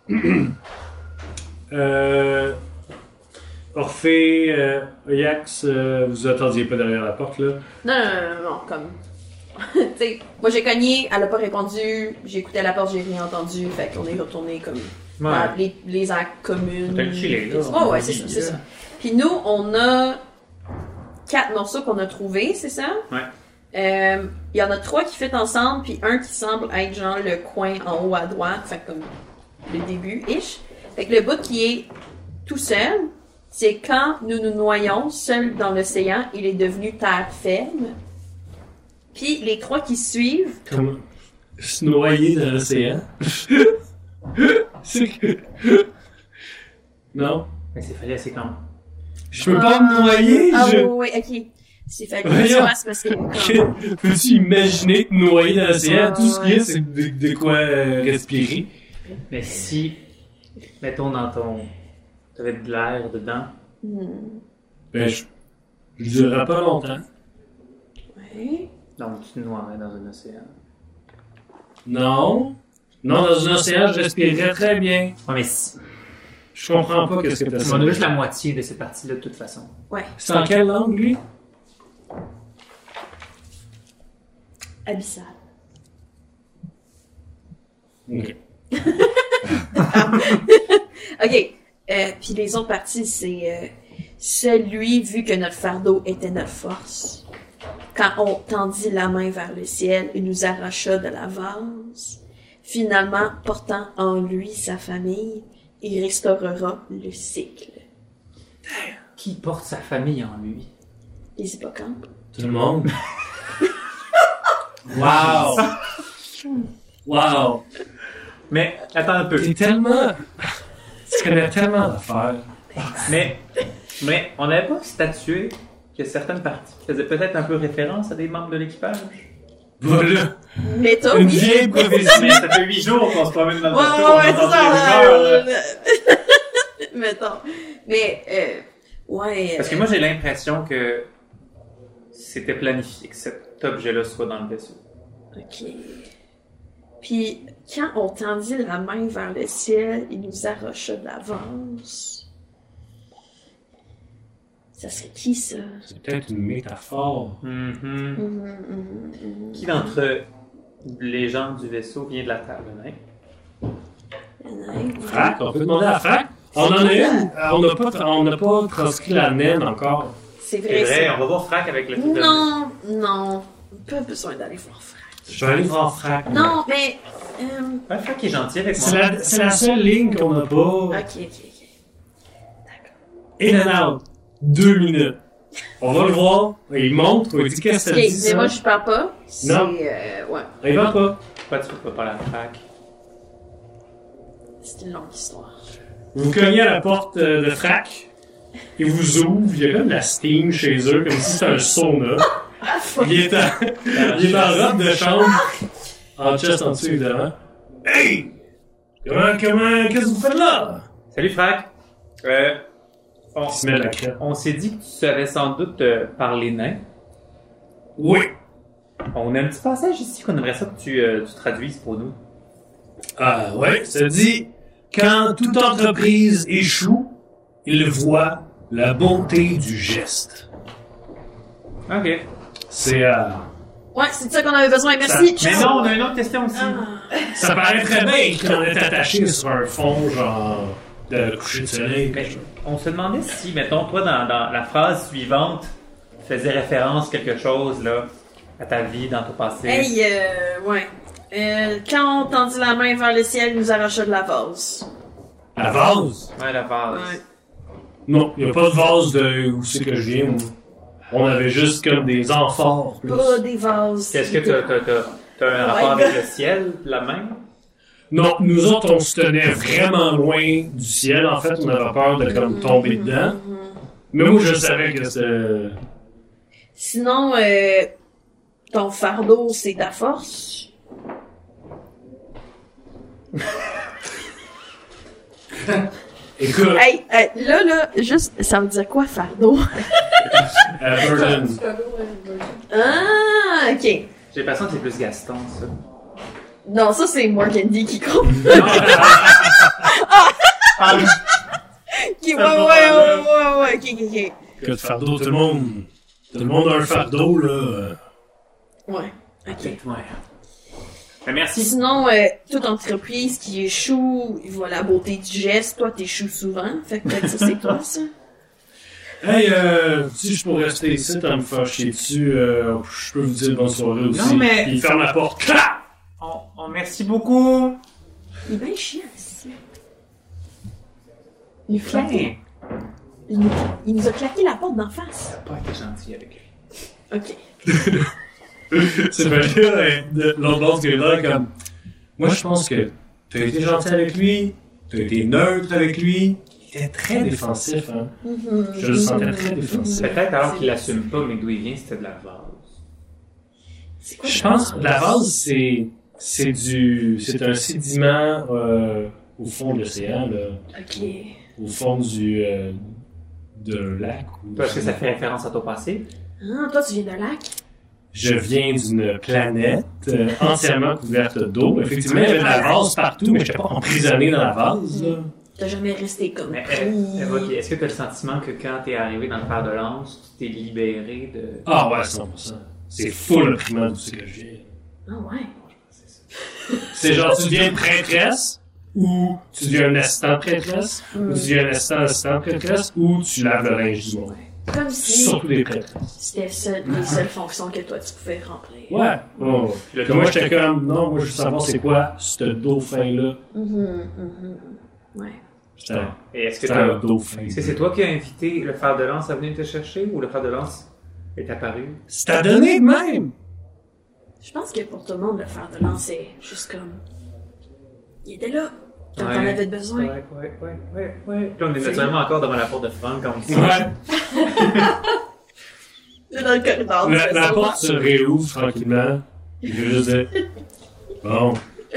S1: Orphée, Oyax, vous attendiez pas derrière la porte, là?
S7: Non, comme... tu sais, moi j'ai cogné, elle a pas répondu, j'ai écouté à la porte, j'ai rien entendu, fait qu'on est retourné comme dans les aires communes.
S3: Peut-être chiller, là.
S7: Oh, ouais, c'est ça. Puis nous, on a 4 morceaux qu'on a trouvés, c'est ça?
S3: Ouais.
S7: Il y en a 3 qui fit ensemble, puis un qui semble être genre le coin en haut à droite, fait comme le début-ish. Fait que le bout qui est tout seul, c'est quand nous nous noyons seuls dans l'océan, il est devenu terre ferme. Puis les 3 qui suivent...
S1: Comment? Se noyer dans l'océan? C'est que... Non?
S3: Mais c'est fallait assez quand.
S1: Je peux pas me noyer?
S7: oui, ok. C'est fait que tu fasses parce que...
S1: Peux-tu imaginer te noyer dans l'océan? Tout ce qu'il y a, c'est de quoi respirer.
S3: Mais si, mettons dans ton... T'avais de l'air dedans.
S1: Ben, je durerai pas longtemps.
S7: Ouais.
S3: Donc tu te noierais dans un océan.
S1: Non. Non, dans un océan, je respirerais très bien.
S3: Ouais, mais si...
S1: Je comprends pas qu'est-ce que t'as
S3: On a juste la moitié de cette partie-là de toute façon.
S7: Ouais.
S1: C'est en quelle langue, lui?
S7: Abyssal.
S1: Ok.
S7: Ok. Puis les autres parties, c'est celui, vu que notre fardeau était notre force. Quand on tendit la main vers le ciel, il nous arracha de la vase. Finalement, portant en lui sa famille, il restaurera le cycle.
S3: Qui porte sa famille en lui?
S7: Les hippocampes.
S1: Tout le monde. Wow! Wow!
S3: Mais, attends un peu.
S1: T'es tellement... Tu connais tellement d'affaires.
S3: Mais, on n'avait pas statué que certaines parties faisaient peut-être un peu référence à des membres de l'équipage.
S1: Voilà!
S7: Mais toi,
S1: Une
S7: oui.
S1: vieille prophétie.
S3: Mais ça fait 8 jours qu'on se promène dans le bateau,
S7: Ouais,
S3: on entend
S7: c'est
S3: des
S7: ça.
S3: rumeurs, là.
S7: Mettons. Mais, ouais.
S3: Parce que moi, j'ai l'impression que c'était planifié que cet objet-là soit dans le vaisseau.
S7: Ok. Puis, quand on tendit la main vers le ciel, il nous arracha d'avance. Ça serait qui, ça?
S1: C'est peut-être une métaphore.
S3: Qui d'entre les gens du vaisseau vient de la Terre, le nain?
S1: Frac, on peut demander à Frac. On en a une. On n'a pas transcrit la naine encore.
S7: C'est
S3: C'est
S7: vrai,
S3: vrai,
S7: ça.
S3: on va voir Frac avec le truc de...
S7: Non. Pas besoin d'aller voir Frac.
S1: Je vais aller voir Frac.
S7: Non, mais...
S3: Ouais, Frac est gentil avec moi.
S1: C'est la seule ligne qu'on n'a pas.
S7: Ok.
S1: In and out. 2 minutes. On va le voir. Il montre. Il dit qu'est-ce que ça
S7: Ok,
S1: dit
S7: mais
S1: ça.
S7: moi, je parle pas. C'est...
S1: Non.
S7: ouais.
S1: Il va pas.
S3: Pourquoi tu peux pas parler à Frac?
S7: C'est une longue histoire.
S1: Vous cognez à la porte de Frac. Il vous ouvre. Il y a comme de la steam chez eux, comme si c'était un sauna. Il est en robe de chambre. En chest en dessous, évidemment. Hey! Qu'est-ce que vous faites là?
S3: Salut Frac!
S1: Il se met la crête.
S3: On s'est dit que tu savais sans doute parler nain.
S1: Oui.
S3: On a un petit passage ici qu'on aimerait ça que tu traduises pour nous.
S1: Ah ouais, ça dit, quand toute entreprise échoue, il voit la bonté du geste.
S3: Ok.
S1: C'est
S7: Ouais, c'est de ça qu'on avait besoin. Merci.
S3: Mais non, on a une autre question aussi.
S1: ça paraît très bien qu'on est attaché sur un fond genre de coucher de soleil.
S3: Mais on se demandait si, mettons, toi, dans la phrase suivante, tu faisais référence quelque chose, là, à ta vie, dans ton passé.
S7: Hey, ouais. Quand on tendit la main vers le ciel, il nous arracha de la vase.
S1: La vase?
S3: Ouais, la vase.
S7: Ouais.
S1: Non, il n'y a pas de vase de où c'est que je viens. Moi. On avait juste comme des amphores. Plus.
S7: Pas des vases.
S3: Est-ce que t'as un rapport avec le ciel, la main?
S1: Non, nous autres, on se tenait vraiment loin du ciel. En fait, on avait peur de comme tomber dedans. Mais moi, je savais que c'était...
S7: Sinon, ton fardeau, c'est ta force.
S1: Écoute,
S7: Hey, là, juste, ça veut dire quoi, fardeau?
S1: Burden.
S7: Ah, ok.
S3: J'ai l'impression que c'est plus Gaston, ça.
S7: Non, ça, c'est Morgandy qui compte. Ok, ouais, ok.
S1: Que de fardeau, tout le monde a un fardeau, là.
S7: Ouais, ok.
S3: Ouais. Ben, merci.
S7: Sinon, toute entreprise qui échoue, il voit la beauté du geste. Toi, t'échoues souvent. Fait que peut-être ça, c'est toi, ça.
S1: Hey, si je pourrais rester ici, t'as me faire chier dessus, je peux vous dire bonne soirée aussi.
S3: Non, mais...
S1: Puis il ferme la porte. Clac!
S3: Merci beaucoup.
S7: Il est bien chiant, ici. Il nous a claqué la porte d'en face.
S3: T'as pas été gentil avec lui.
S7: OK.
S1: C'est pas que l'autre bord qui est là, comme... Moi, je pense que t'as été gentil avec lui, t'as été neutre avec lui. Il était très défensif, hein. Je le sentais très défensif.
S3: Peut-être alors qu'il l'assume pas, mais d'où il vient, c'était de la vase.
S1: Je pense que la vase, c'est un sédiment au fond de l'océan, là.
S7: OK.
S1: Au fond d'un lac.
S3: Parce que ça fait référence à ton passé.
S7: Ah, toi, tu viens d'un lac?
S1: Je viens d'une planète entièrement couverte d'eau. Effectivement, il y avait de la vase partout, mais je n'étais pas emprisonné dans la vase, là.
S7: T'as jamais resté comme
S3: Mais est-ce que tu as le sentiment que quand t'es arrivé dans le fer de lance, tu t'es libéré de...
S1: Ah ouais, 100%. C'est full opprimant d'où c'est que je viens.
S7: Ah ouais?
S1: C'est genre, tu deviens prêtresse, ou tu deviens un assistant de prêtresse, ou tu deviens un assistant de prêtresse, ou tu laves le linge du monde.
S7: Comme si
S1: Surtout des prêtresses.
S7: c'était les seules fonctions que toi, tu pouvais remplir.
S1: Ouais. Oh. Puis moi, j'étais comme, non, moi, je veux savoir c'est quoi ce dauphin-là.
S7: Ouais.
S3: Et est-ce que
S1: C'est un dauphin.
S3: Est-ce que c'est toi qui as invité le fer de lance à venir te chercher, ou le fer de lance est apparu?
S1: C'est à donner de même!
S7: Je pense que pour tout le monde, le fer de lance, c'est juste comme... Il était là, quand t'en avais besoin.
S3: Ouais. Puis on est naturellement encore devant la porte de Franck quand on dit...
S1: Ouais.
S7: C'est dans le corridor.
S1: La porte se réouvre tranquillement. Il veut juste dire, bon.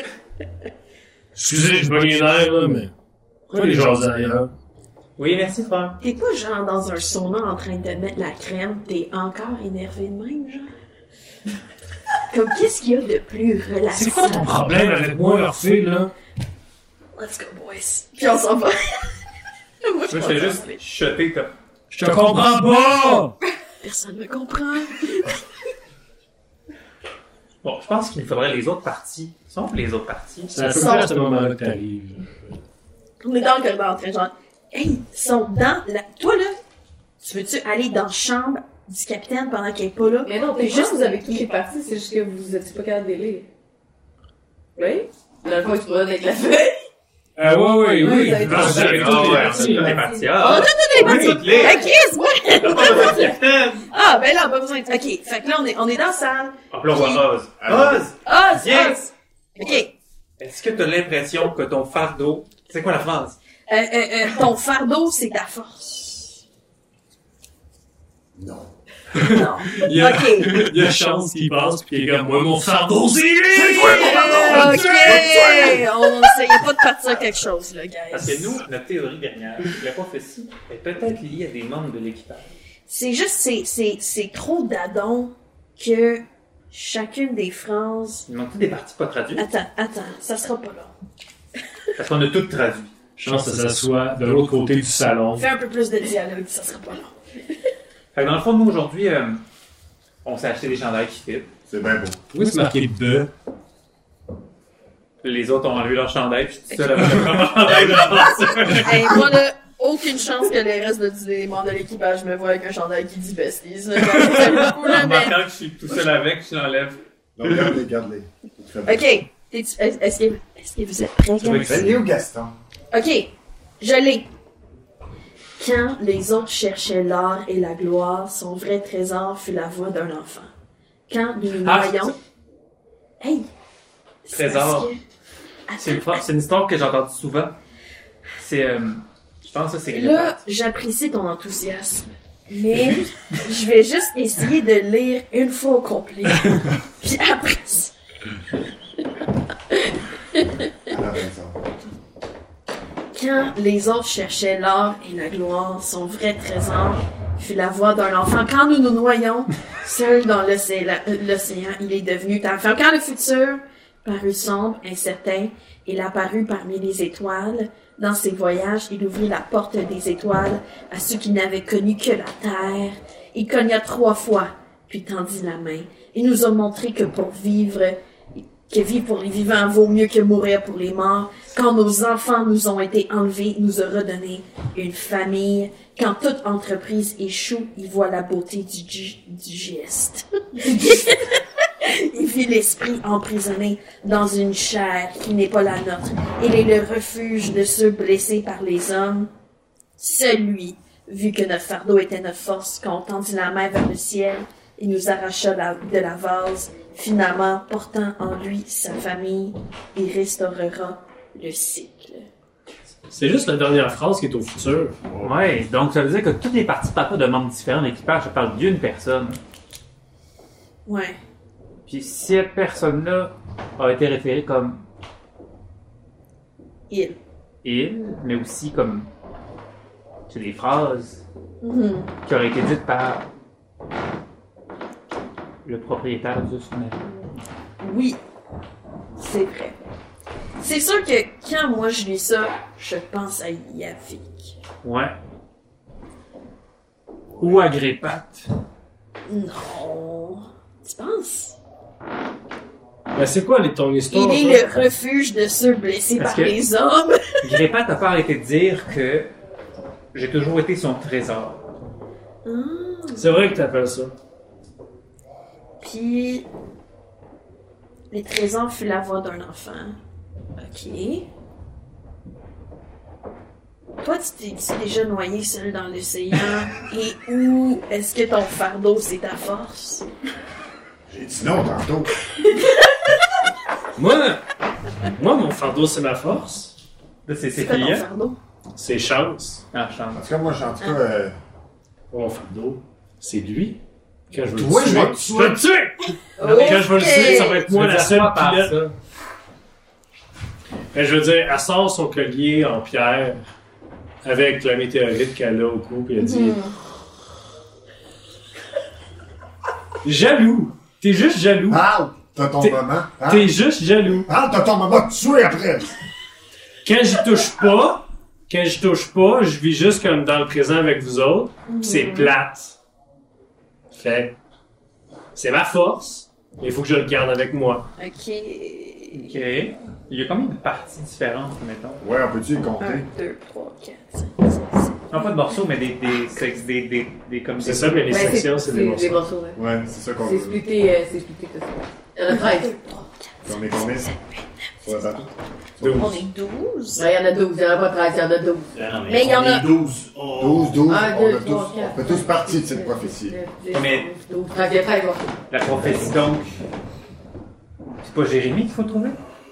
S1: Excusez, je pogne les nerfs, là, mais... Pourquoi les gens ailleurs?
S3: Oui, merci Franck.
S7: T'es pas genre dans un sauna en train de mettre la crème, t'es encore énervé de même, genre? Comme qu'est-ce qu'il y a de plus relaxant?
S1: C'est quoi ton problème avec moi, Orphée, là?
S7: Let's go, boys. Puis on s'en va.
S3: Moi, je fais juste chuter comme...
S1: Je te comprends pas!
S7: Personne me comprend.
S3: Bon, je pense qu'il nous faudrait les autres parties. Sont les autres parties?
S1: C'est à peu près à ce moment-là que t'arrives.
S7: On est dans le corridor en train genre... Hey, ils sont dans la... Toi, là, tu veux-tu aller dans la chambre du capitaine pendant qu'il est pas là?
S8: Mais non, t'es juste, vous avez toutes les parties, c'est juste que vous étiez pas capable d'élire. Oui? Dans le fond, tu pourrais avec la feuille.
S1: Oui.
S8: vous avez
S1: Ah,
S8: toutes
S1: j'avais
S8: les
S1: toutes les
S3: parties.
S1: parties.
S3: Ah,
S7: On a toutes les parties!
S3: toutes les-
S7: Hey, Chris, ouais!
S3: T'as pas besoin de capitaine!
S7: Ah, ben là, pas besoin de... OK, fait que là, on est dans la salle.
S3: Ah, puis là, on voit Oz. Oz!
S7: Ah, c'est
S3: Yes!
S7: OK.
S3: Est-ce que t'as l'impression que ton fardeau... C'est quoi la phrase?
S7: Ton fardeau, c'est ta force.
S9: Non.
S7: Non.
S1: Il y a,
S7: OK.
S1: il y a chance qu'il passe pis qu'il est comme, moi, mon fardeau, c'est lui!
S7: OK. On essayait pas de partir quelque chose, là,
S3: Parce
S7: guys.
S3: que nous, notre théorie dernière, la prophétie, est peut-être liée à des membres de l'équipage.
S7: C'est juste, c'est trop d'adons que chacune des phrases...
S3: Il manque des parties pas traduites.
S7: Attends, ça sera pas long.
S3: Parce qu'on a tout traduit.
S1: Chance que ça soit de l'autre côté du salon.
S7: Fais un peu plus de dialogue, ça sera pas long.
S3: Fait que dans le fond, nous, aujourd'hui, on s'est acheté des chandails qui fit.
S9: C'est bien beau.
S1: Pourquoi c'est marqué de?
S3: Les autres ont enlevé leur chandail, puis tout seul avec un chandail de l'aventure.
S7: Hey, moi, là, aucune chance que les restes des membres de l'équipage me voient avec un chandail qui dit besties. Là. J'aime beaucoup, là,
S3: En
S7: mais...
S3: remarquant que je suis tout seul avec, je l'enlève.
S9: Donc, garde-les. Très bien.
S7: OK. Est-ce que vous êtes prêts,
S3: Ça va
S7: gars?
S3: être-
S9: Salut au Gaston.
S7: OK. Je l'ai. Quand les autres cherchaient l'or et la gloire, son vrai trésor fut la voix d'un enfant. Quand nous nous
S3: Ah,
S7: voyons... Hey! c'est
S3: Trésor.
S7: parce que-
S3: C'est une histoire que j'ai entendue souvent. C'est, je pense que c'est
S7: Là, j'apprécie ton enthousiasme. Mais je vais juste essayer de lire une fois au complet. Puis après ça...
S9: Ah, raison.
S7: Quand les autres cherchaient l'or et la gloire, son vrai trésor fut la voix d'un enfant. Quand nous nous noyons, seul dans l'océan, il est devenu enfant. Quand le futur parut sombre, incertain, il apparut parmi les étoiles. Dans ses voyages, il ouvrit la porte des étoiles à ceux qui n'avaient connu que la terre. Il cogna 3 fois, puis tendit la main. Il nous a montré que pour vivre, que vivre pour les vivants vaut mieux que mourir pour les morts. Quand nos enfants nous ont été enlevés, il nous a redonné une famille. Quand toute entreprise échoue, il voit la beauté du geste. Il vit l'esprit emprisonné dans une chair qui n'est pas la nôtre. Il est le refuge de ceux blessés par les hommes. Celui, vu que notre fardeau était notre force, quand on tendit la main vers le ciel, il nous arracha de la vase. Finalement, portant en lui sa famille, il restaurera le cycle.
S1: C'est juste la dernière phrase qui est au futur.
S3: Ouais, donc ça veut dire que tous les participants de membres différents de l'équipage, je parle d'une personne.
S7: Ouais.
S3: Puis cette personne-là a été référée comme
S7: Il,
S3: mais aussi comme c'est des phrases qui auraient été dites par le propriétaire du sous-marin.
S7: Oui, c'est vrai. C'est sûr que quand moi je lis ça, je pense à Yavik.
S3: Ouais. Ou à Grépat.
S7: Non. Tu penses?
S1: Ben, c'est quoi ton histoire?
S7: Il est le refuge de ceux blessés
S3: Parce
S7: par
S3: que-
S7: les hommes.
S3: Grépat n'a pas arrêté de dire que j'ai toujours été son trésor.
S1: C'est vrai que t'appelles ça.
S7: Puis, les trésors fut la voix d'un enfant. Ok. Toi, tu t'es déjà noyé seul dans l'océan? Et où est-ce que ton fardeau, c'est ta force?
S9: J'ai dit non tantôt.
S1: Moi, mon fardeau, c'est ma force.
S3: Là, c'est
S7: C'est quoi ton
S3: client.
S7: fardeau?
S1: C'est chance.
S3: Ah, chance.
S9: En tout cas, moi, en tout cas,
S1: Mon fardeau, c'est lui. Quand je veux
S9: Toi,
S1: le tuer,
S9: je vais te
S1: je vais le tuer! Quand je vais le tuer, ça va être moi la seule pilote. Ben, je veux dire, elle sort son collier en pierre avec la météorite qu'elle a au cou, puis elle dit Jaloux! T'es juste jaloux!
S9: parle de ton moment. Hein?
S1: T'es juste jaloux!
S9: Parle de ton moment de tuer après.
S1: Quand j'y touche pas, je vis juste comme dans le présent avec vous autres, pis c'est plate. Fait, c'est ma force, mais il faut que je le garde avec moi.
S7: Ok.
S3: Ok. Il y a combien de parties différentes, mettons?
S9: Ouais, on peut-tu les compter?
S7: 1, 2, 3, 4, 5, 6, 7.
S3: Non, pas de morceaux, mais des comme
S1: C'est ça, mais les
S8: Ben,
S1: sections, c'est des
S8: des
S1: morceaux.
S8: morceaux, ouais.
S9: Ouais, c'est ça qu'on
S8: C'est
S9: veut.
S8: splitté, tout ça. Il y en a 13.
S9: On est combien? Sur le bateau?
S7: On est 12.
S8: Ouais, il y en a 12, il y en a pas 13, il y en a 12.
S7: Mais il y en a
S6: 12.
S9: 12.
S8: Un,
S9: On
S8: deux,
S9: a tous,
S8: trois, quatre.
S9: on fait tous partie de cette prophétie.
S3: Mais-
S8: 12, 13, il y a 13 morceaux.
S3: La prophétie, donc. C'est pas Jérémie qu'il faut trouver?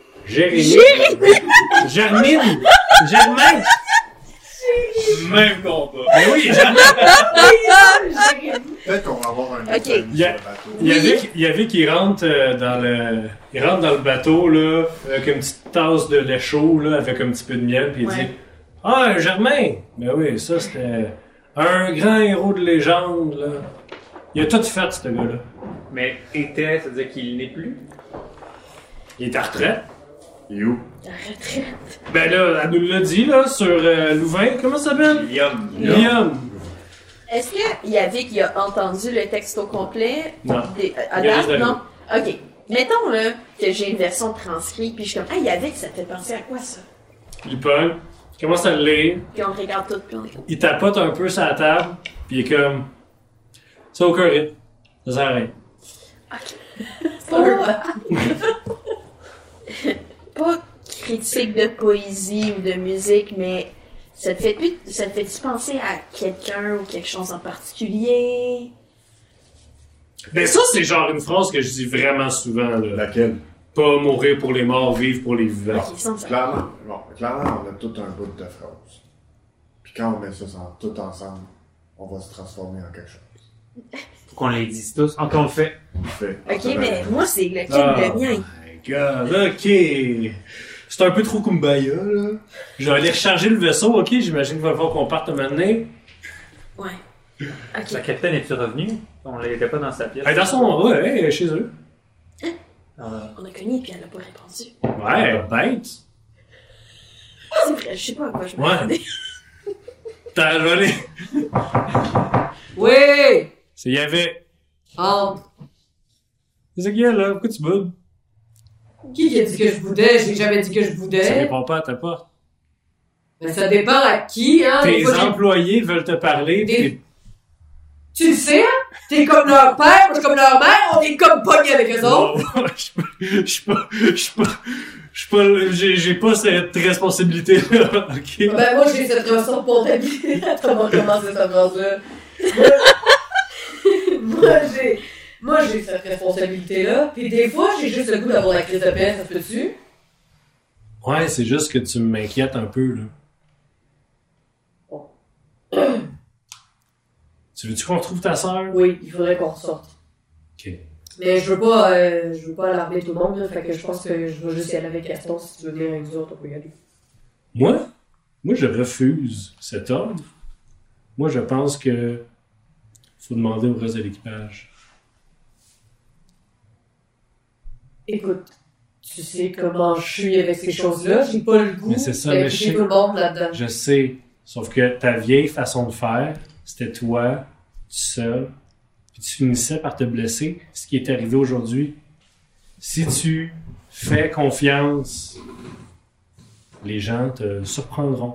S1: Germine! Germain!
S3: Même combat.
S1: Mais oui, Germain!
S9: Peut-être qu'on va avoir un
S7: Ok.
S9: autre ami
S1: Il y a-
S9: sur le bateau.
S1: Il y avait qui rentre dans le bateau, là, avec une petite tasse de lait chaud, là, avec un petit peu de miel, puis il
S7: Ouais.
S1: dit Ah, Germain! Ben oui, ça c'était un grand héros de légende, là. Il a tout fait, ce gars-là.
S3: Mais était, ça veut dire qu'il n'est plus?
S1: Il est à retraite.
S9: Il est où?
S7: la retraite.
S1: Ben là, elle nous l'a dit, là, sur Louvain. Comment ça s'appelle?
S3: Guillaume.
S1: Guillaume.
S7: Est-ce que Yavik il a entendu le texte au complet?
S1: Non.
S7: À
S1: Il
S7: date,
S1: reste de
S7: non? Ok. Mettons là que j'ai une version transcrite, puis je suis comme, ah, Yavik, ça te fait penser à quoi ça?
S1: Lupin. Il commence à le lire.
S7: Puis on regarde tout, puis on est comme,
S1: Il tapote un peu sur la table, puis il est comme ça aucun rythme. Ça sert à rien.
S7: pas critique de poésie ou de musique, mais ça te fait-tu penser à quelqu'un ou quelque chose en particulier?
S1: Ben ça, c'est genre une phrase que je dis vraiment souvent, là.
S9: Laquelle?
S1: Pas mourir pour les morts, vivre pour les vivants.
S7: Ok, sans ça.
S9: Clairement. Bon, clairement, on a tout un bout de phrase. Puis quand on met ça tout ensemble, on va se transformer en quelque chose.
S3: Faut qu'on les dise tous. Encore on le fait.
S9: Fait.
S7: Ok, mais moi, c'est lequel
S1: Ah.
S7: le mien?
S1: My God, ok. C'est un peu trop kumbaya, là. Je vais aller recharger le vaisseau, ok? J'imagine qu'il va falloir qu'on parte maintenant.
S7: Ouais.
S3: La
S7: Ok.
S3: capitaine est-tu revenue? On l'était pas dans sa pièce.
S1: Hey, dans son... Ouais, chez eux.
S7: On a cogné, puis elle a pas répondu.
S1: Ouais, bête.
S7: C'est vrai, je sais pas à quoi je
S1: Ouais.
S7: m'attendais.
S1: T'as volé.
S8: Oui!
S1: Il y avait...
S8: Oh!
S1: C'est ça qu'il y a, là? Pourquoi tu boudes?
S8: Qui a dit que je boudais? J'ai jamais dit que je
S1: Ça
S8: boudais.
S1: répond pas à ta porte.
S8: Mais ça dépend à qui, hein. Des
S1: Tes
S8: fois,
S1: employés veulent te parler.
S8: Des- Tu le sais, hein? T'es comme leur père, moi je suis comme leur mère, on est comme pognés avec eux autres.
S1: J'ai pas cette responsabilité-là, ok?
S8: Ben moi j'ai cette responsabilité. Attends, on va commencer cette phrase-là. Moi j'ai cette responsabilité-là, pis des fois j'ai juste le goût d'avoir la crise de paix, ça se peut-tu?
S1: Ouais, c'est juste que tu m'inquiètes un peu, là. Tu veux-tu qu'on retrouve ta sœur?
S8: Oui, il faudrait qu'on ressorte.
S1: Ok.
S8: Mais je veux pas alarmer tout le monde, là, fait que je pense que je vais juste y aller avec Gaston, si tu veux venir avec nous autres, on peut y aller.
S1: Moi, je refuse cet ordre. Moi, je pense que faut demander au reste de l'équipage.
S8: Écoute, tu sais comment je suis avec ces choses-là, j'ai pas le goût
S1: Mais c'est ça, mais
S8: d'impliquer tout le monde là-dedans.
S1: Je sais. Sauf que ta vieille façon de faire, c'était toi, tout seul, puis tu finissais par te blesser, ce qui est arrivé aujourd'hui. Si tu fais confiance, les gens te surprendront.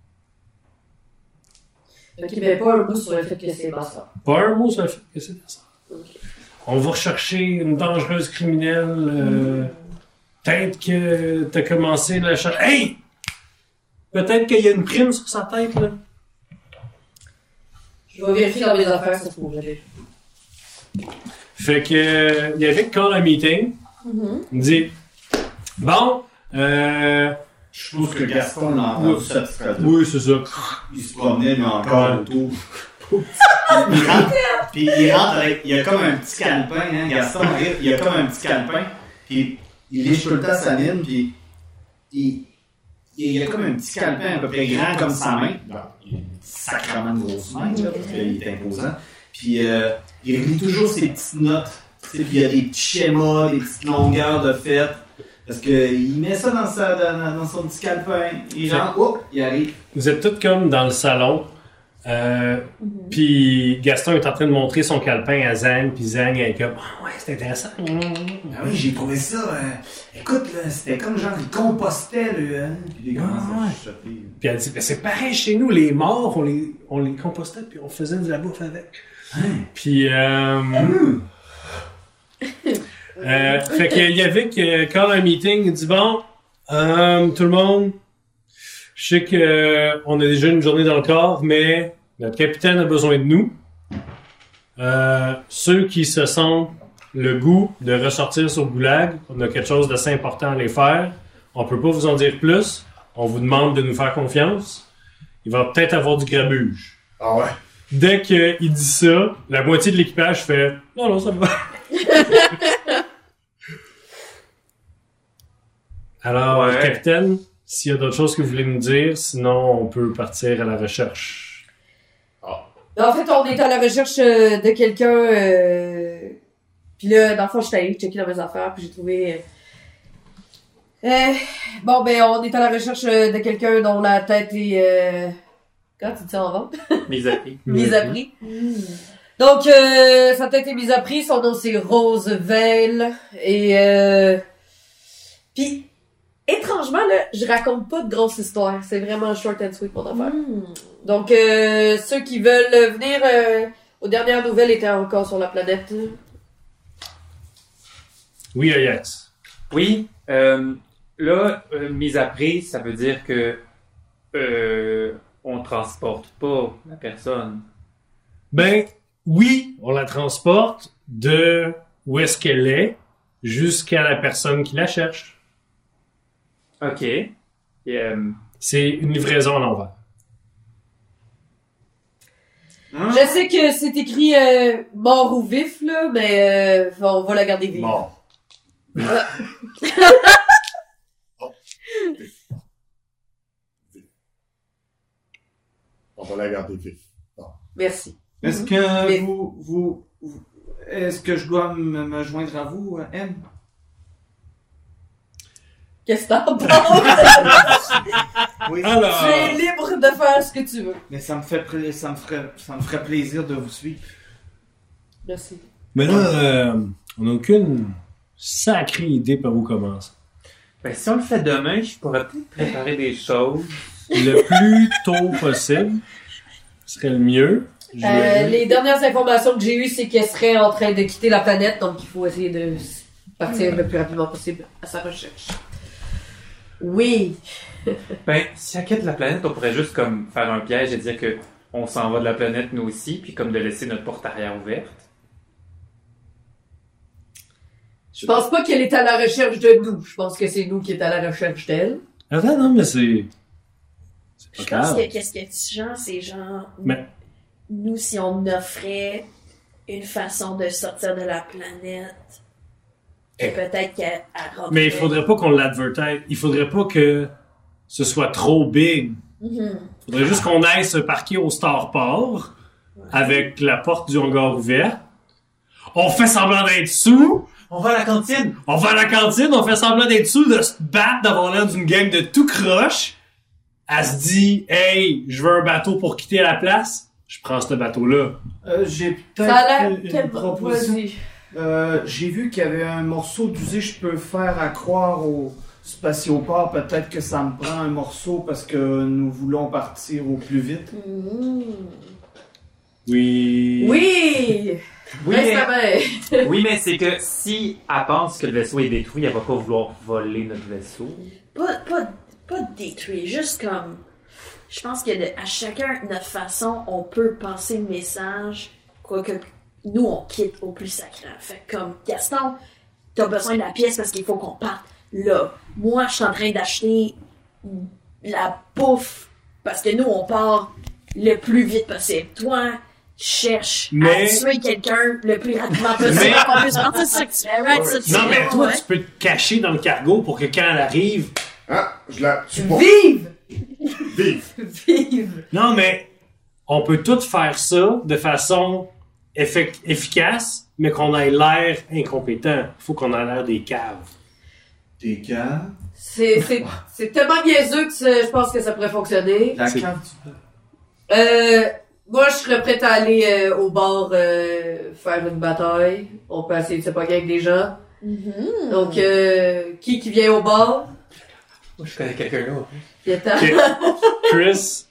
S8: Ok, mais pas un mot sur le fait que c'est ma soeur.
S1: Pas un mot sur le fait que c'est ça. On va rechercher une dangereuse criminelle. Peut-être que t'as commencé la chasse. Hey! Peut-être qu'il y a une prime sur sa tête, là.
S8: Je vais vérifier dans mes affaires, ça se trouve.
S1: Fait que, Yavik call un meeting. Il dit, bon,
S2: Je trouve que Gaston l'a entendu satisfait.
S1: oui, c'est ça.
S2: Il se promenait, mais encore autour. Puis il rentre avec. Il y a comme un petit calepin, hein, Gaston arrive, il y a comme un petit calepin, puis il lèche tout le temps sa mine, puis il y a comme un petit calepin à peu près grand comme sa main. Bon, il a une sacrément grosse main, là, parce qu'il est imposant. Puis il relie toujours ses petites notes. Tu sais, puis il y a des petits schémas, des petites longueurs de fête. Parce qu'il met ça dans son petit calepin. Il rentre, hop, il arrive.
S1: Vous êtes tous comme dans le salon. Puis Gaston est en train de montrer son calepin à Zang, puis Zang est comme ouais, c'est intéressant.
S2: Ah oui, j'ai trouvé ça. Écoute, là, c'était comme genre, il compostait, là. Puis les gars commençaient à chuchoter.
S1: Puis elle dit ben, c'est pareil chez nous, les morts, on les compostait, puis on faisait de la bouffe avec. Puis fait que Yavik call un meeting, il dit bon, tout le monde, je sais que on a déjà une journée dans le corps, mais notre capitaine a besoin de nous. Ceux qui se sentent le goût de ressortir sur Goulag, on a quelque chose d'assez important à les faire. On peut pas vous en dire plus. On vous demande de nous faire confiance. Il va peut-être avoir du grabuge.
S9: Ah ouais?
S1: Dès qu'il dit ça, la moitié de l'équipage fait « Non, ça me va. » Alors, capitaine, s'il y a d'autres choses que vous voulez nous dire, sinon on peut partir à la recherche.
S8: En fait, on est à la recherche de quelqu'un. Puis là, dans le fond, je suis allée checker dans mes affaires, puis j'ai trouvé. Bon, ben, on est à la recherche de quelqu'un dont la tête est. Comment tu dis ça en vente?
S3: Mise à prix.
S8: Mise à prix. Donc, sa tête est mise à prix. Son nom, c'est Rose Veil. Et puis, étrangement, là, je raconte pas de grosses histoires. C'est vraiment short and sweet, mon affaire. Donc, ceux qui veulent venir aux dernières nouvelles étaient encore sur la planète.
S1: Oui, Ajax.
S3: Oui, là, mise à prix, ça veut dire que on transporte pas la personne.
S1: Ben, oui, on la transporte de où est-ce qu'elle est jusqu'à la personne qui la cherche.
S3: OK.
S1: C'est une livraison à l'envers.
S8: Je sais que c'est écrit mort ou vif, là, mais on va la garder vive.
S9: Mort. On va la garder vive.
S8: Merci.
S2: Est-ce que vous est-ce que je dois me joindre à vous, M?
S8: Qu'est-ce que t'en penses?
S2: Oui.
S1: Alors,
S8: Tu es libre de faire ce que tu veux.
S2: Mais ça me ferait plaisir de vous suivre.
S8: Merci.
S1: mais là, on n'a aucune sacrée idée par où commencer.
S3: Ben, si on le fait demain, je pourrais peut-être préparer des choses.
S1: Le plus tôt possible serait le mieux.
S8: Les dernières informations que j'ai eues, c'est qu'elle serait en train de quitter la planète, donc il faut essayer de partir le plus rapidement possible à sa recherche. Oui.
S3: Ben, si elle quitte la planète, on pourrait juste comme faire un piège et dire que on s'en va de la planète nous aussi, puis comme de laisser notre porte arrière ouverte.
S8: Je pense pas qu'elle est à la recherche de nous. Je pense que c'est nous qui est à la recherche d'elle.
S1: Attends, non, mais c'est
S7: Je pense que qu'est-ce que tu genre, c'est genre...
S1: Mais-
S7: Nous, si on offrait une façon de sortir de la planète, que peut-être qu'elle rentrerait.
S1: Mais il faudrait pas qu'on l'advertise. Il faudrait pas que ce soit trop big. Il faudrait juste qu'on aille se parquer au Starport avec la porte du hangar ouverte. On fait semblant d'être sous.
S3: On va à la cantine!
S1: On va à la cantine, on fait semblant d'être sous, de se battre, d'avoir l'air d'une gang de tout croche. Elle se dit, hey, je veux un bateau pour quitter la place. Je prends ce bateau-là.
S2: J'ai
S8: Ça a
S2: peut-être
S8: l'air
S2: une proposition. J'ai vu qu'il y avait un morceau d'usé, je peux faire à croire au spatioport. Peut-être que ça me prend un morceau parce que nous voulons partir au plus vite.
S1: Oui.
S8: Oui!
S3: Oui,
S8: Reste
S3: mais,
S8: la main.
S3: oui, mais c'est que si elle pense que le vaisseau est détruit, elle va pas vouloir voler notre vaisseau.
S7: Pas détruire, juste comme... Je pense que à chacun notre façon, on peut passer le message, quoique nous, on quitte au plus sacré. Fait que comme, Gaston, t'as besoin de la pièce parce qu'il faut qu'on parte là. Moi, je suis en train d'acheter la bouffe parce que nous, on part le plus vite possible. Toi, tu cherches à tuer quelqu'un le plus rapidement possible qu'on puisse partir. C'est ça que tu fais, right? Ça, tu
S1: Non,
S7: fais,
S1: mais toi,
S7: ouais.
S1: tu peux te cacher dans le cargo pour que quand elle arrive...
S9: Ah, je la tue pas.
S8: Vive!
S9: Vive!
S8: Vive!
S1: Non, mais on peut tout faire ça de façon efficace, mais qu'on ait l'air incompétent. Il faut qu'on ait l'air des caves.
S2: Des caves?
S8: C'est tellement niaiseux que je pense que ça pourrait fonctionner.
S2: La cave du...
S8: Moi, je serais prête à aller au bar faire une bataille. On peut essayer de se pogner avec des gens. Donc, qui vient au bar?
S3: Moi, je connais quelqu'un là.
S8: Ok.
S1: Chris,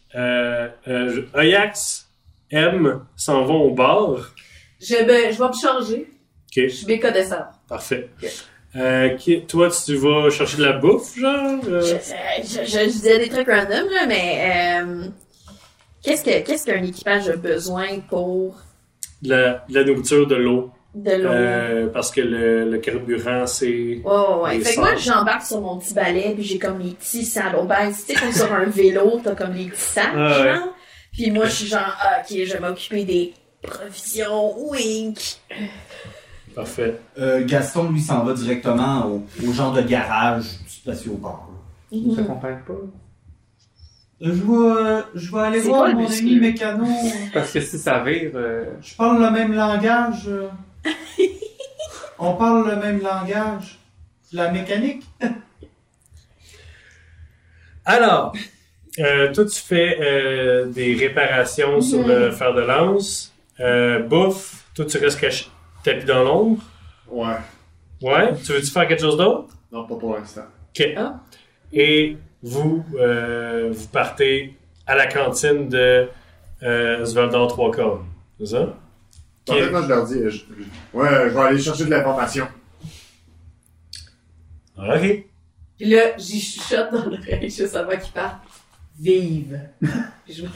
S1: Ajax, M s'en vont au bar.
S8: Je vais me changer.
S1: Ok,
S8: Je suis méconnaissable.
S1: parfait. Toi, tu vas chercher de la bouffe, genre?
S7: Je disais des trucs random, là, mais qu'est-ce qu'un équipage a besoin pour
S1: De la nourriture, de l'eau.
S7: de l'eau?
S1: Parce que le carburant, c'est...
S7: Ouais.
S1: les
S7: Fait que moi,
S1: sacs.
S7: j'embarque sur mon petit balai, puis j'ai comme les petits saddlebags. Tu sais, comme sur un vélo, t'as comme les petits sacs,
S1: Ah, ouais.
S7: genre. Puis moi, je suis genre, ok, je vais m'occuper des provisions, wink.
S1: Parfait.
S2: Gaston, lui, s'en va directement au genre de garage du spatioport.
S3: Ça t'accompagne pas.
S2: Je vais aller
S7: C'est
S2: voir
S7: quoi le
S2: mon
S7: muscle?
S2: ami mécano.
S3: Parce que si ça vire,
S2: Je parle le même langage. On parle le même langage. La mécanique.
S1: Alors, toi, tu fais des réparations sur le fer de lance. Bouffe, toi, tu restes caché, tapis dans l'ombre.
S9: Ouais.
S1: Ouais. Tu veux-tu faire quelque chose d'autre?
S9: Non, pas pour l'instant.
S1: OK. Et vous partez à la cantine de Svaldor 3 Cornes. C'est ça?
S9: En fait, moi, je leur dis, je vais aller chercher de l'information.
S1: OK.
S8: Puis là, j'y chuchote dans l'oreille juste avant qu'il parte. Vive! Puis je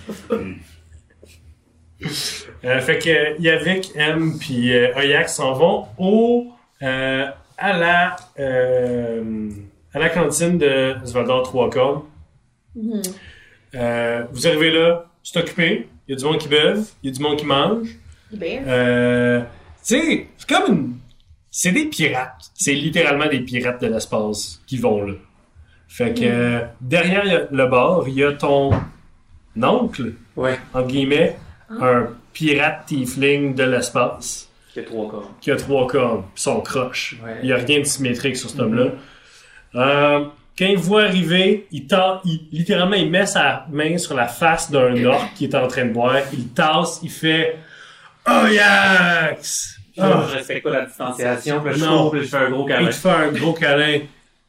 S1: Fait que Yavik, M puis Ajax s'en vont à la cantine de Svaldor 3 Cornes. Vous arrivez là, c'est occupé. Il y a du monde qui beuve, il y a du monde qui mange.
S7: Bien.
S1: Tu sais, c'est comme c'est des pirates. C'est littéralement des pirates de l'espace qui vont là. Fait que derrière le bar, il y a ton oncle,
S3: ouais,
S1: entre guillemets, un pirate tiefling de l'espace.
S3: il y a 3 corps.
S1: Qui a 3 cornes, pis son croche.
S3: Ouais.
S1: Il n'y a rien de symétrique sur cet homme-là. Quand il voit arriver, littéralement, il met sa main sur la face d'un orc qui est en train de boire. Il tasse, il fait « Ajax! »
S3: Je respecte pas la distanciation, puis là, je
S1: Non.
S3: cours, puis je fais un gros câlin.
S1: Il te fait un gros câlin.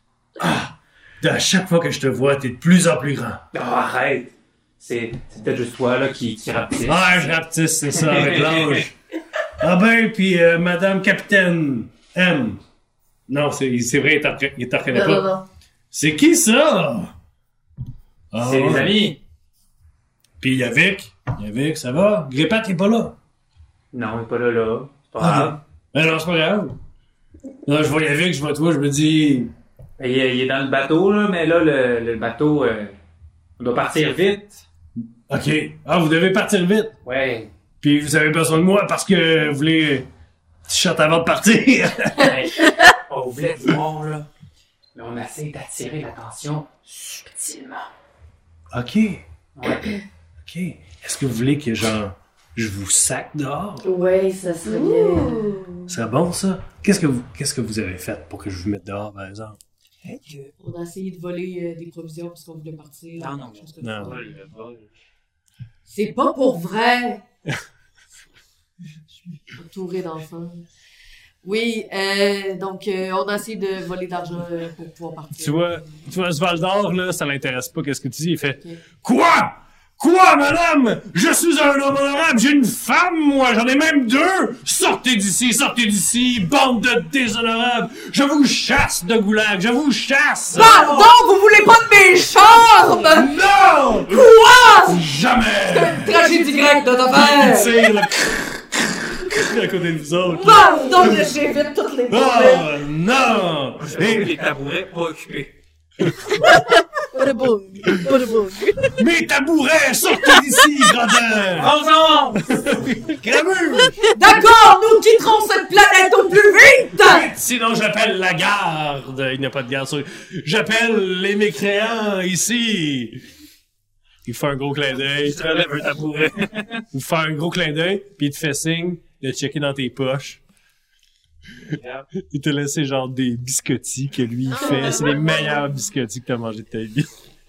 S1: À chaque fois que je te vois, t'es de plus en plus grand.
S3: Arrête! C'est peut-être juste toi, là, qui rapetisse.
S1: Je rapetisse, c'est ça, avec l'âge. Puis Madame Capitaine M. Non, c'est vrai, il t'en reconnaît pas.
S4: Non.
S1: C'est qui ça?
S3: C'est les amis!
S1: Puis Yavik, ça va? Grépat, il est pas là.
S3: Non, il est pas là. C'est pas grave.
S1: Non, c'est pas grave. Là, je vois Yavik, je vois toi, je me dis...
S3: Il est dans le bateau, là, mais là, le bateau, on doit partir vite.
S1: OK. Vous devez partir vite.
S3: Ouais.
S1: Puis vous avez besoin de moi parce que vous voulez... Petit shot avant de partir.
S3: On voulait te voir, là. Mais on essaie d'attirer l'attention subtilement.
S1: OK.
S3: Ouais.
S1: OK. Est-ce que vous voulez que, je vous sac dehors?
S4: Ouais, ça serait bien.
S1: C'est bon, ça? Qu'est-ce que vous avez fait pour que je vous mette dehors, par exemple?
S8: On a essayé de voler des provisions parce qu'on voulait partir.
S3: Non.
S8: C'est pas pour vrai! Je suis entouré d'enfants. Oui, donc on a essayé de voler d'argent pour pouvoir partir.
S1: Tu vois, Svaldor, là, ça l'intéresse pas, qu'est-ce que tu dis? Il fait, Quoi? Quoi, madame? Je suis un homme honorable, j'ai une femme, moi, j'en ai même 2! Sortez d'ici, bande de déshonorables! Je vous chasse de Goulag, je vous chasse!
S8: Pardon, vous voulez pas de mes charmes?
S1: Non!
S8: Quoi?
S1: Jamais!
S8: Tragédie grecque de ta
S1: Il
S8: mère!
S1: tire, là, à côté de vous autres.
S8: Pardon, j'évite toutes les problèmes.
S1: Oh, non!
S3: Les tabourets pas occupés.
S1: Mes tabourets, sortez d'ici, gradin!
S3: Bonjour!
S1: Gramure!
S8: D'accord, nous quitterons cette planète au plus vite!
S1: Sinon, j'appelle la garde. Il n'y a pas de garde sur... J'appelle les mécréants, ici. Il fait un gros clin d'œil.
S3: Je te relève un tabouret.
S1: Il fait un gros clin d'œil, puis il te fait signe de checker dans tes poches. Il te laisse genre des biscottis que lui il fait. C'est les meilleurs biscottis que t'as mangé de ta vie.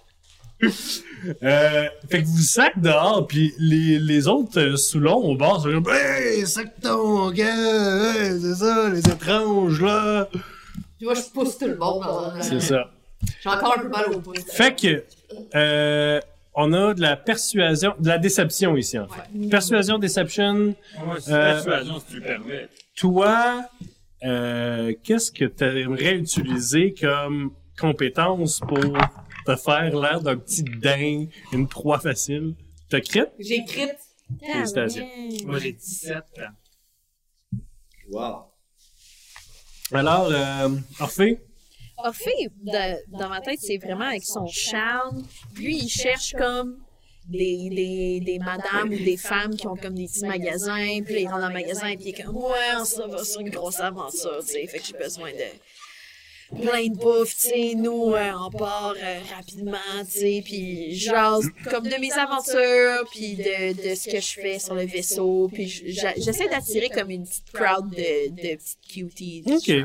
S1: Fait que vous sac dehors, puis les autres Soulons au bar sont comme hey, sac ton gars, hey, c'est ça, les étranges là.
S8: Tu vois, je pousse tout le monde.
S1: C'est ça.
S8: J'ai encore un peu mal au poing.
S1: Fait que on a de la persuasion, de la déception ici en fait.
S8: Ouais.
S1: Persuasion, déception.
S5: Persuasion, si tu le permets.
S1: Toi, qu'est-ce que tu aimerais utiliser comme compétence pour te faire l'air d'un petit daim, une proie facile? T'as crit?
S8: J'ai crit.
S1: Félicitations.
S3: Moi, j'ai 17 ans.
S2: Wow.
S1: Alors, Orphée?
S7: Orphée, dans ma tête, c'est vraiment avec son charme. Lui, il cherche comme des madames ou des femmes qui ont comme des petits magasins. Puis là, il rentre dans le magasin et il est comme, ouais, on s'en va sur une grosse aventure, tu sais. Fait que j'ai besoin de plein de bouffe, tu sais. Nous, on part rapidement, tu sais. Puis genre, comme de mes aventures, puis de ce que je fais sur le vaisseau. Puis j'essaie d'attirer comme une petite crowd de petites cuties.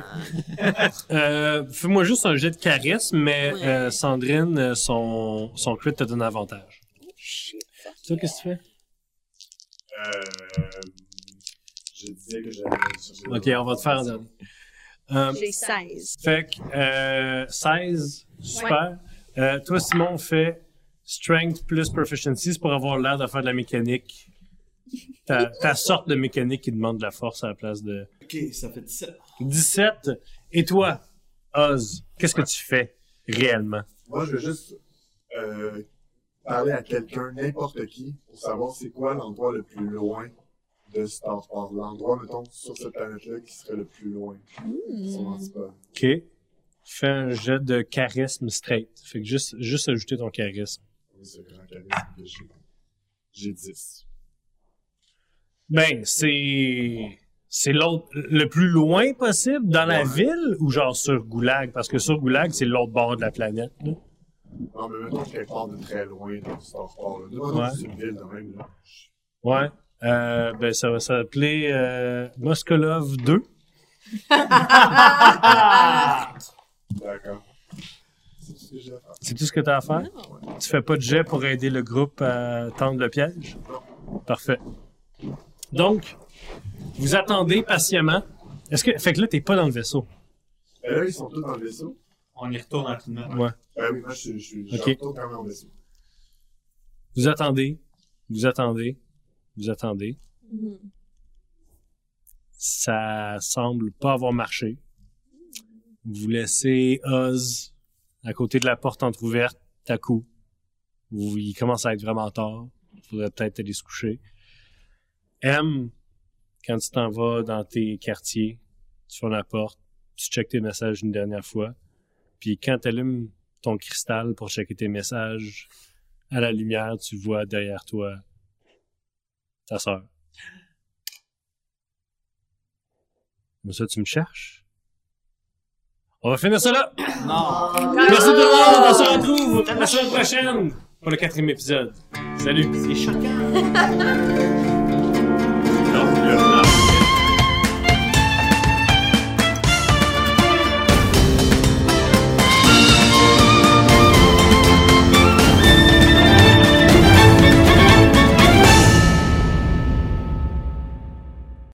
S1: OK. Fais-moi juste un jet de charisme, mais
S7: Ouais.
S1: Sandrine, son crit te donne avantage.
S7: Shit.
S1: Toi, qu'est-ce que tu fais?
S9: Je disais que j'avais...
S1: OK, on va te faire un dernier.
S7: J'ai 16.
S1: Fait que 16, super. Toi, Simon, fais Strength plus Proficiency, c'est pour avoir l'air de faire de la mécanique. Ta sorte de mécanique qui demande de la force à la place de...
S2: Ok, ça fait 17.
S1: 17. Et toi, Oz, qu'est-ce que tu fais réellement?
S9: Moi, je veux juste parler à quelqu'un, n'importe qui, pour savoir c'est quoi l'endroit le plus loin de Star Wars. L'endroit, mettons, sur cette planète-là qui serait le plus loin. Son antipode.
S1: OK. Fais un jet de charisme straight. Fait que juste ajouter ton charisme.
S9: Oui, c'est grand charisme que j'ai 10.
S1: Ben, c'est l'autre, le plus loin possible dans la ville ou genre sur Goulag? Parce que sur Goulag, c'est l'autre bord de la planète, là.
S9: Non, mais mettons quelque part de très loin dans Star Wars. Là.
S1: Ouais.
S9: C'est une ville de même, là.
S1: Ouais. Ben, ça va s'appeler Moskolov 2.
S9: D'accord. C'est tout ce que j'ai à faire.
S1: C'est tout ce que tu as à faire? Tu fais pas de jet pour aider le groupe à tendre le piège? Parfait. Donc,
S5: Vous attendez patiemment. Fait que là, t'es pas dans le vaisseau.
S9: Là, ils sont tous dans le vaisseau.
S6: On y retourne rapidement.
S5: Ouais.
S9: Oui, moi, je retourne quand même au vaisseau.
S5: Vous attendez. Ça semble pas avoir marché. Vous laissez Oz à côté de la porte entrouverte, à coup. Il commence à être vraiment tard. Il faudrait peut-être aller se coucher. M, quand tu t'en vas dans tes quartiers, tu fermes la porte, tu checkes tes messages une dernière fois, puis quand tu allumes ton cristal pour checker tes messages, à la lumière, tu vois derrière toi ta sœur. Comme ça, tu me cherches? On va finir ça là!
S6: Non!
S5: Merci tout le monde! On se retrouve la semaine prochaine pour le 4e épisode. Salut!
S6: C'est choquant!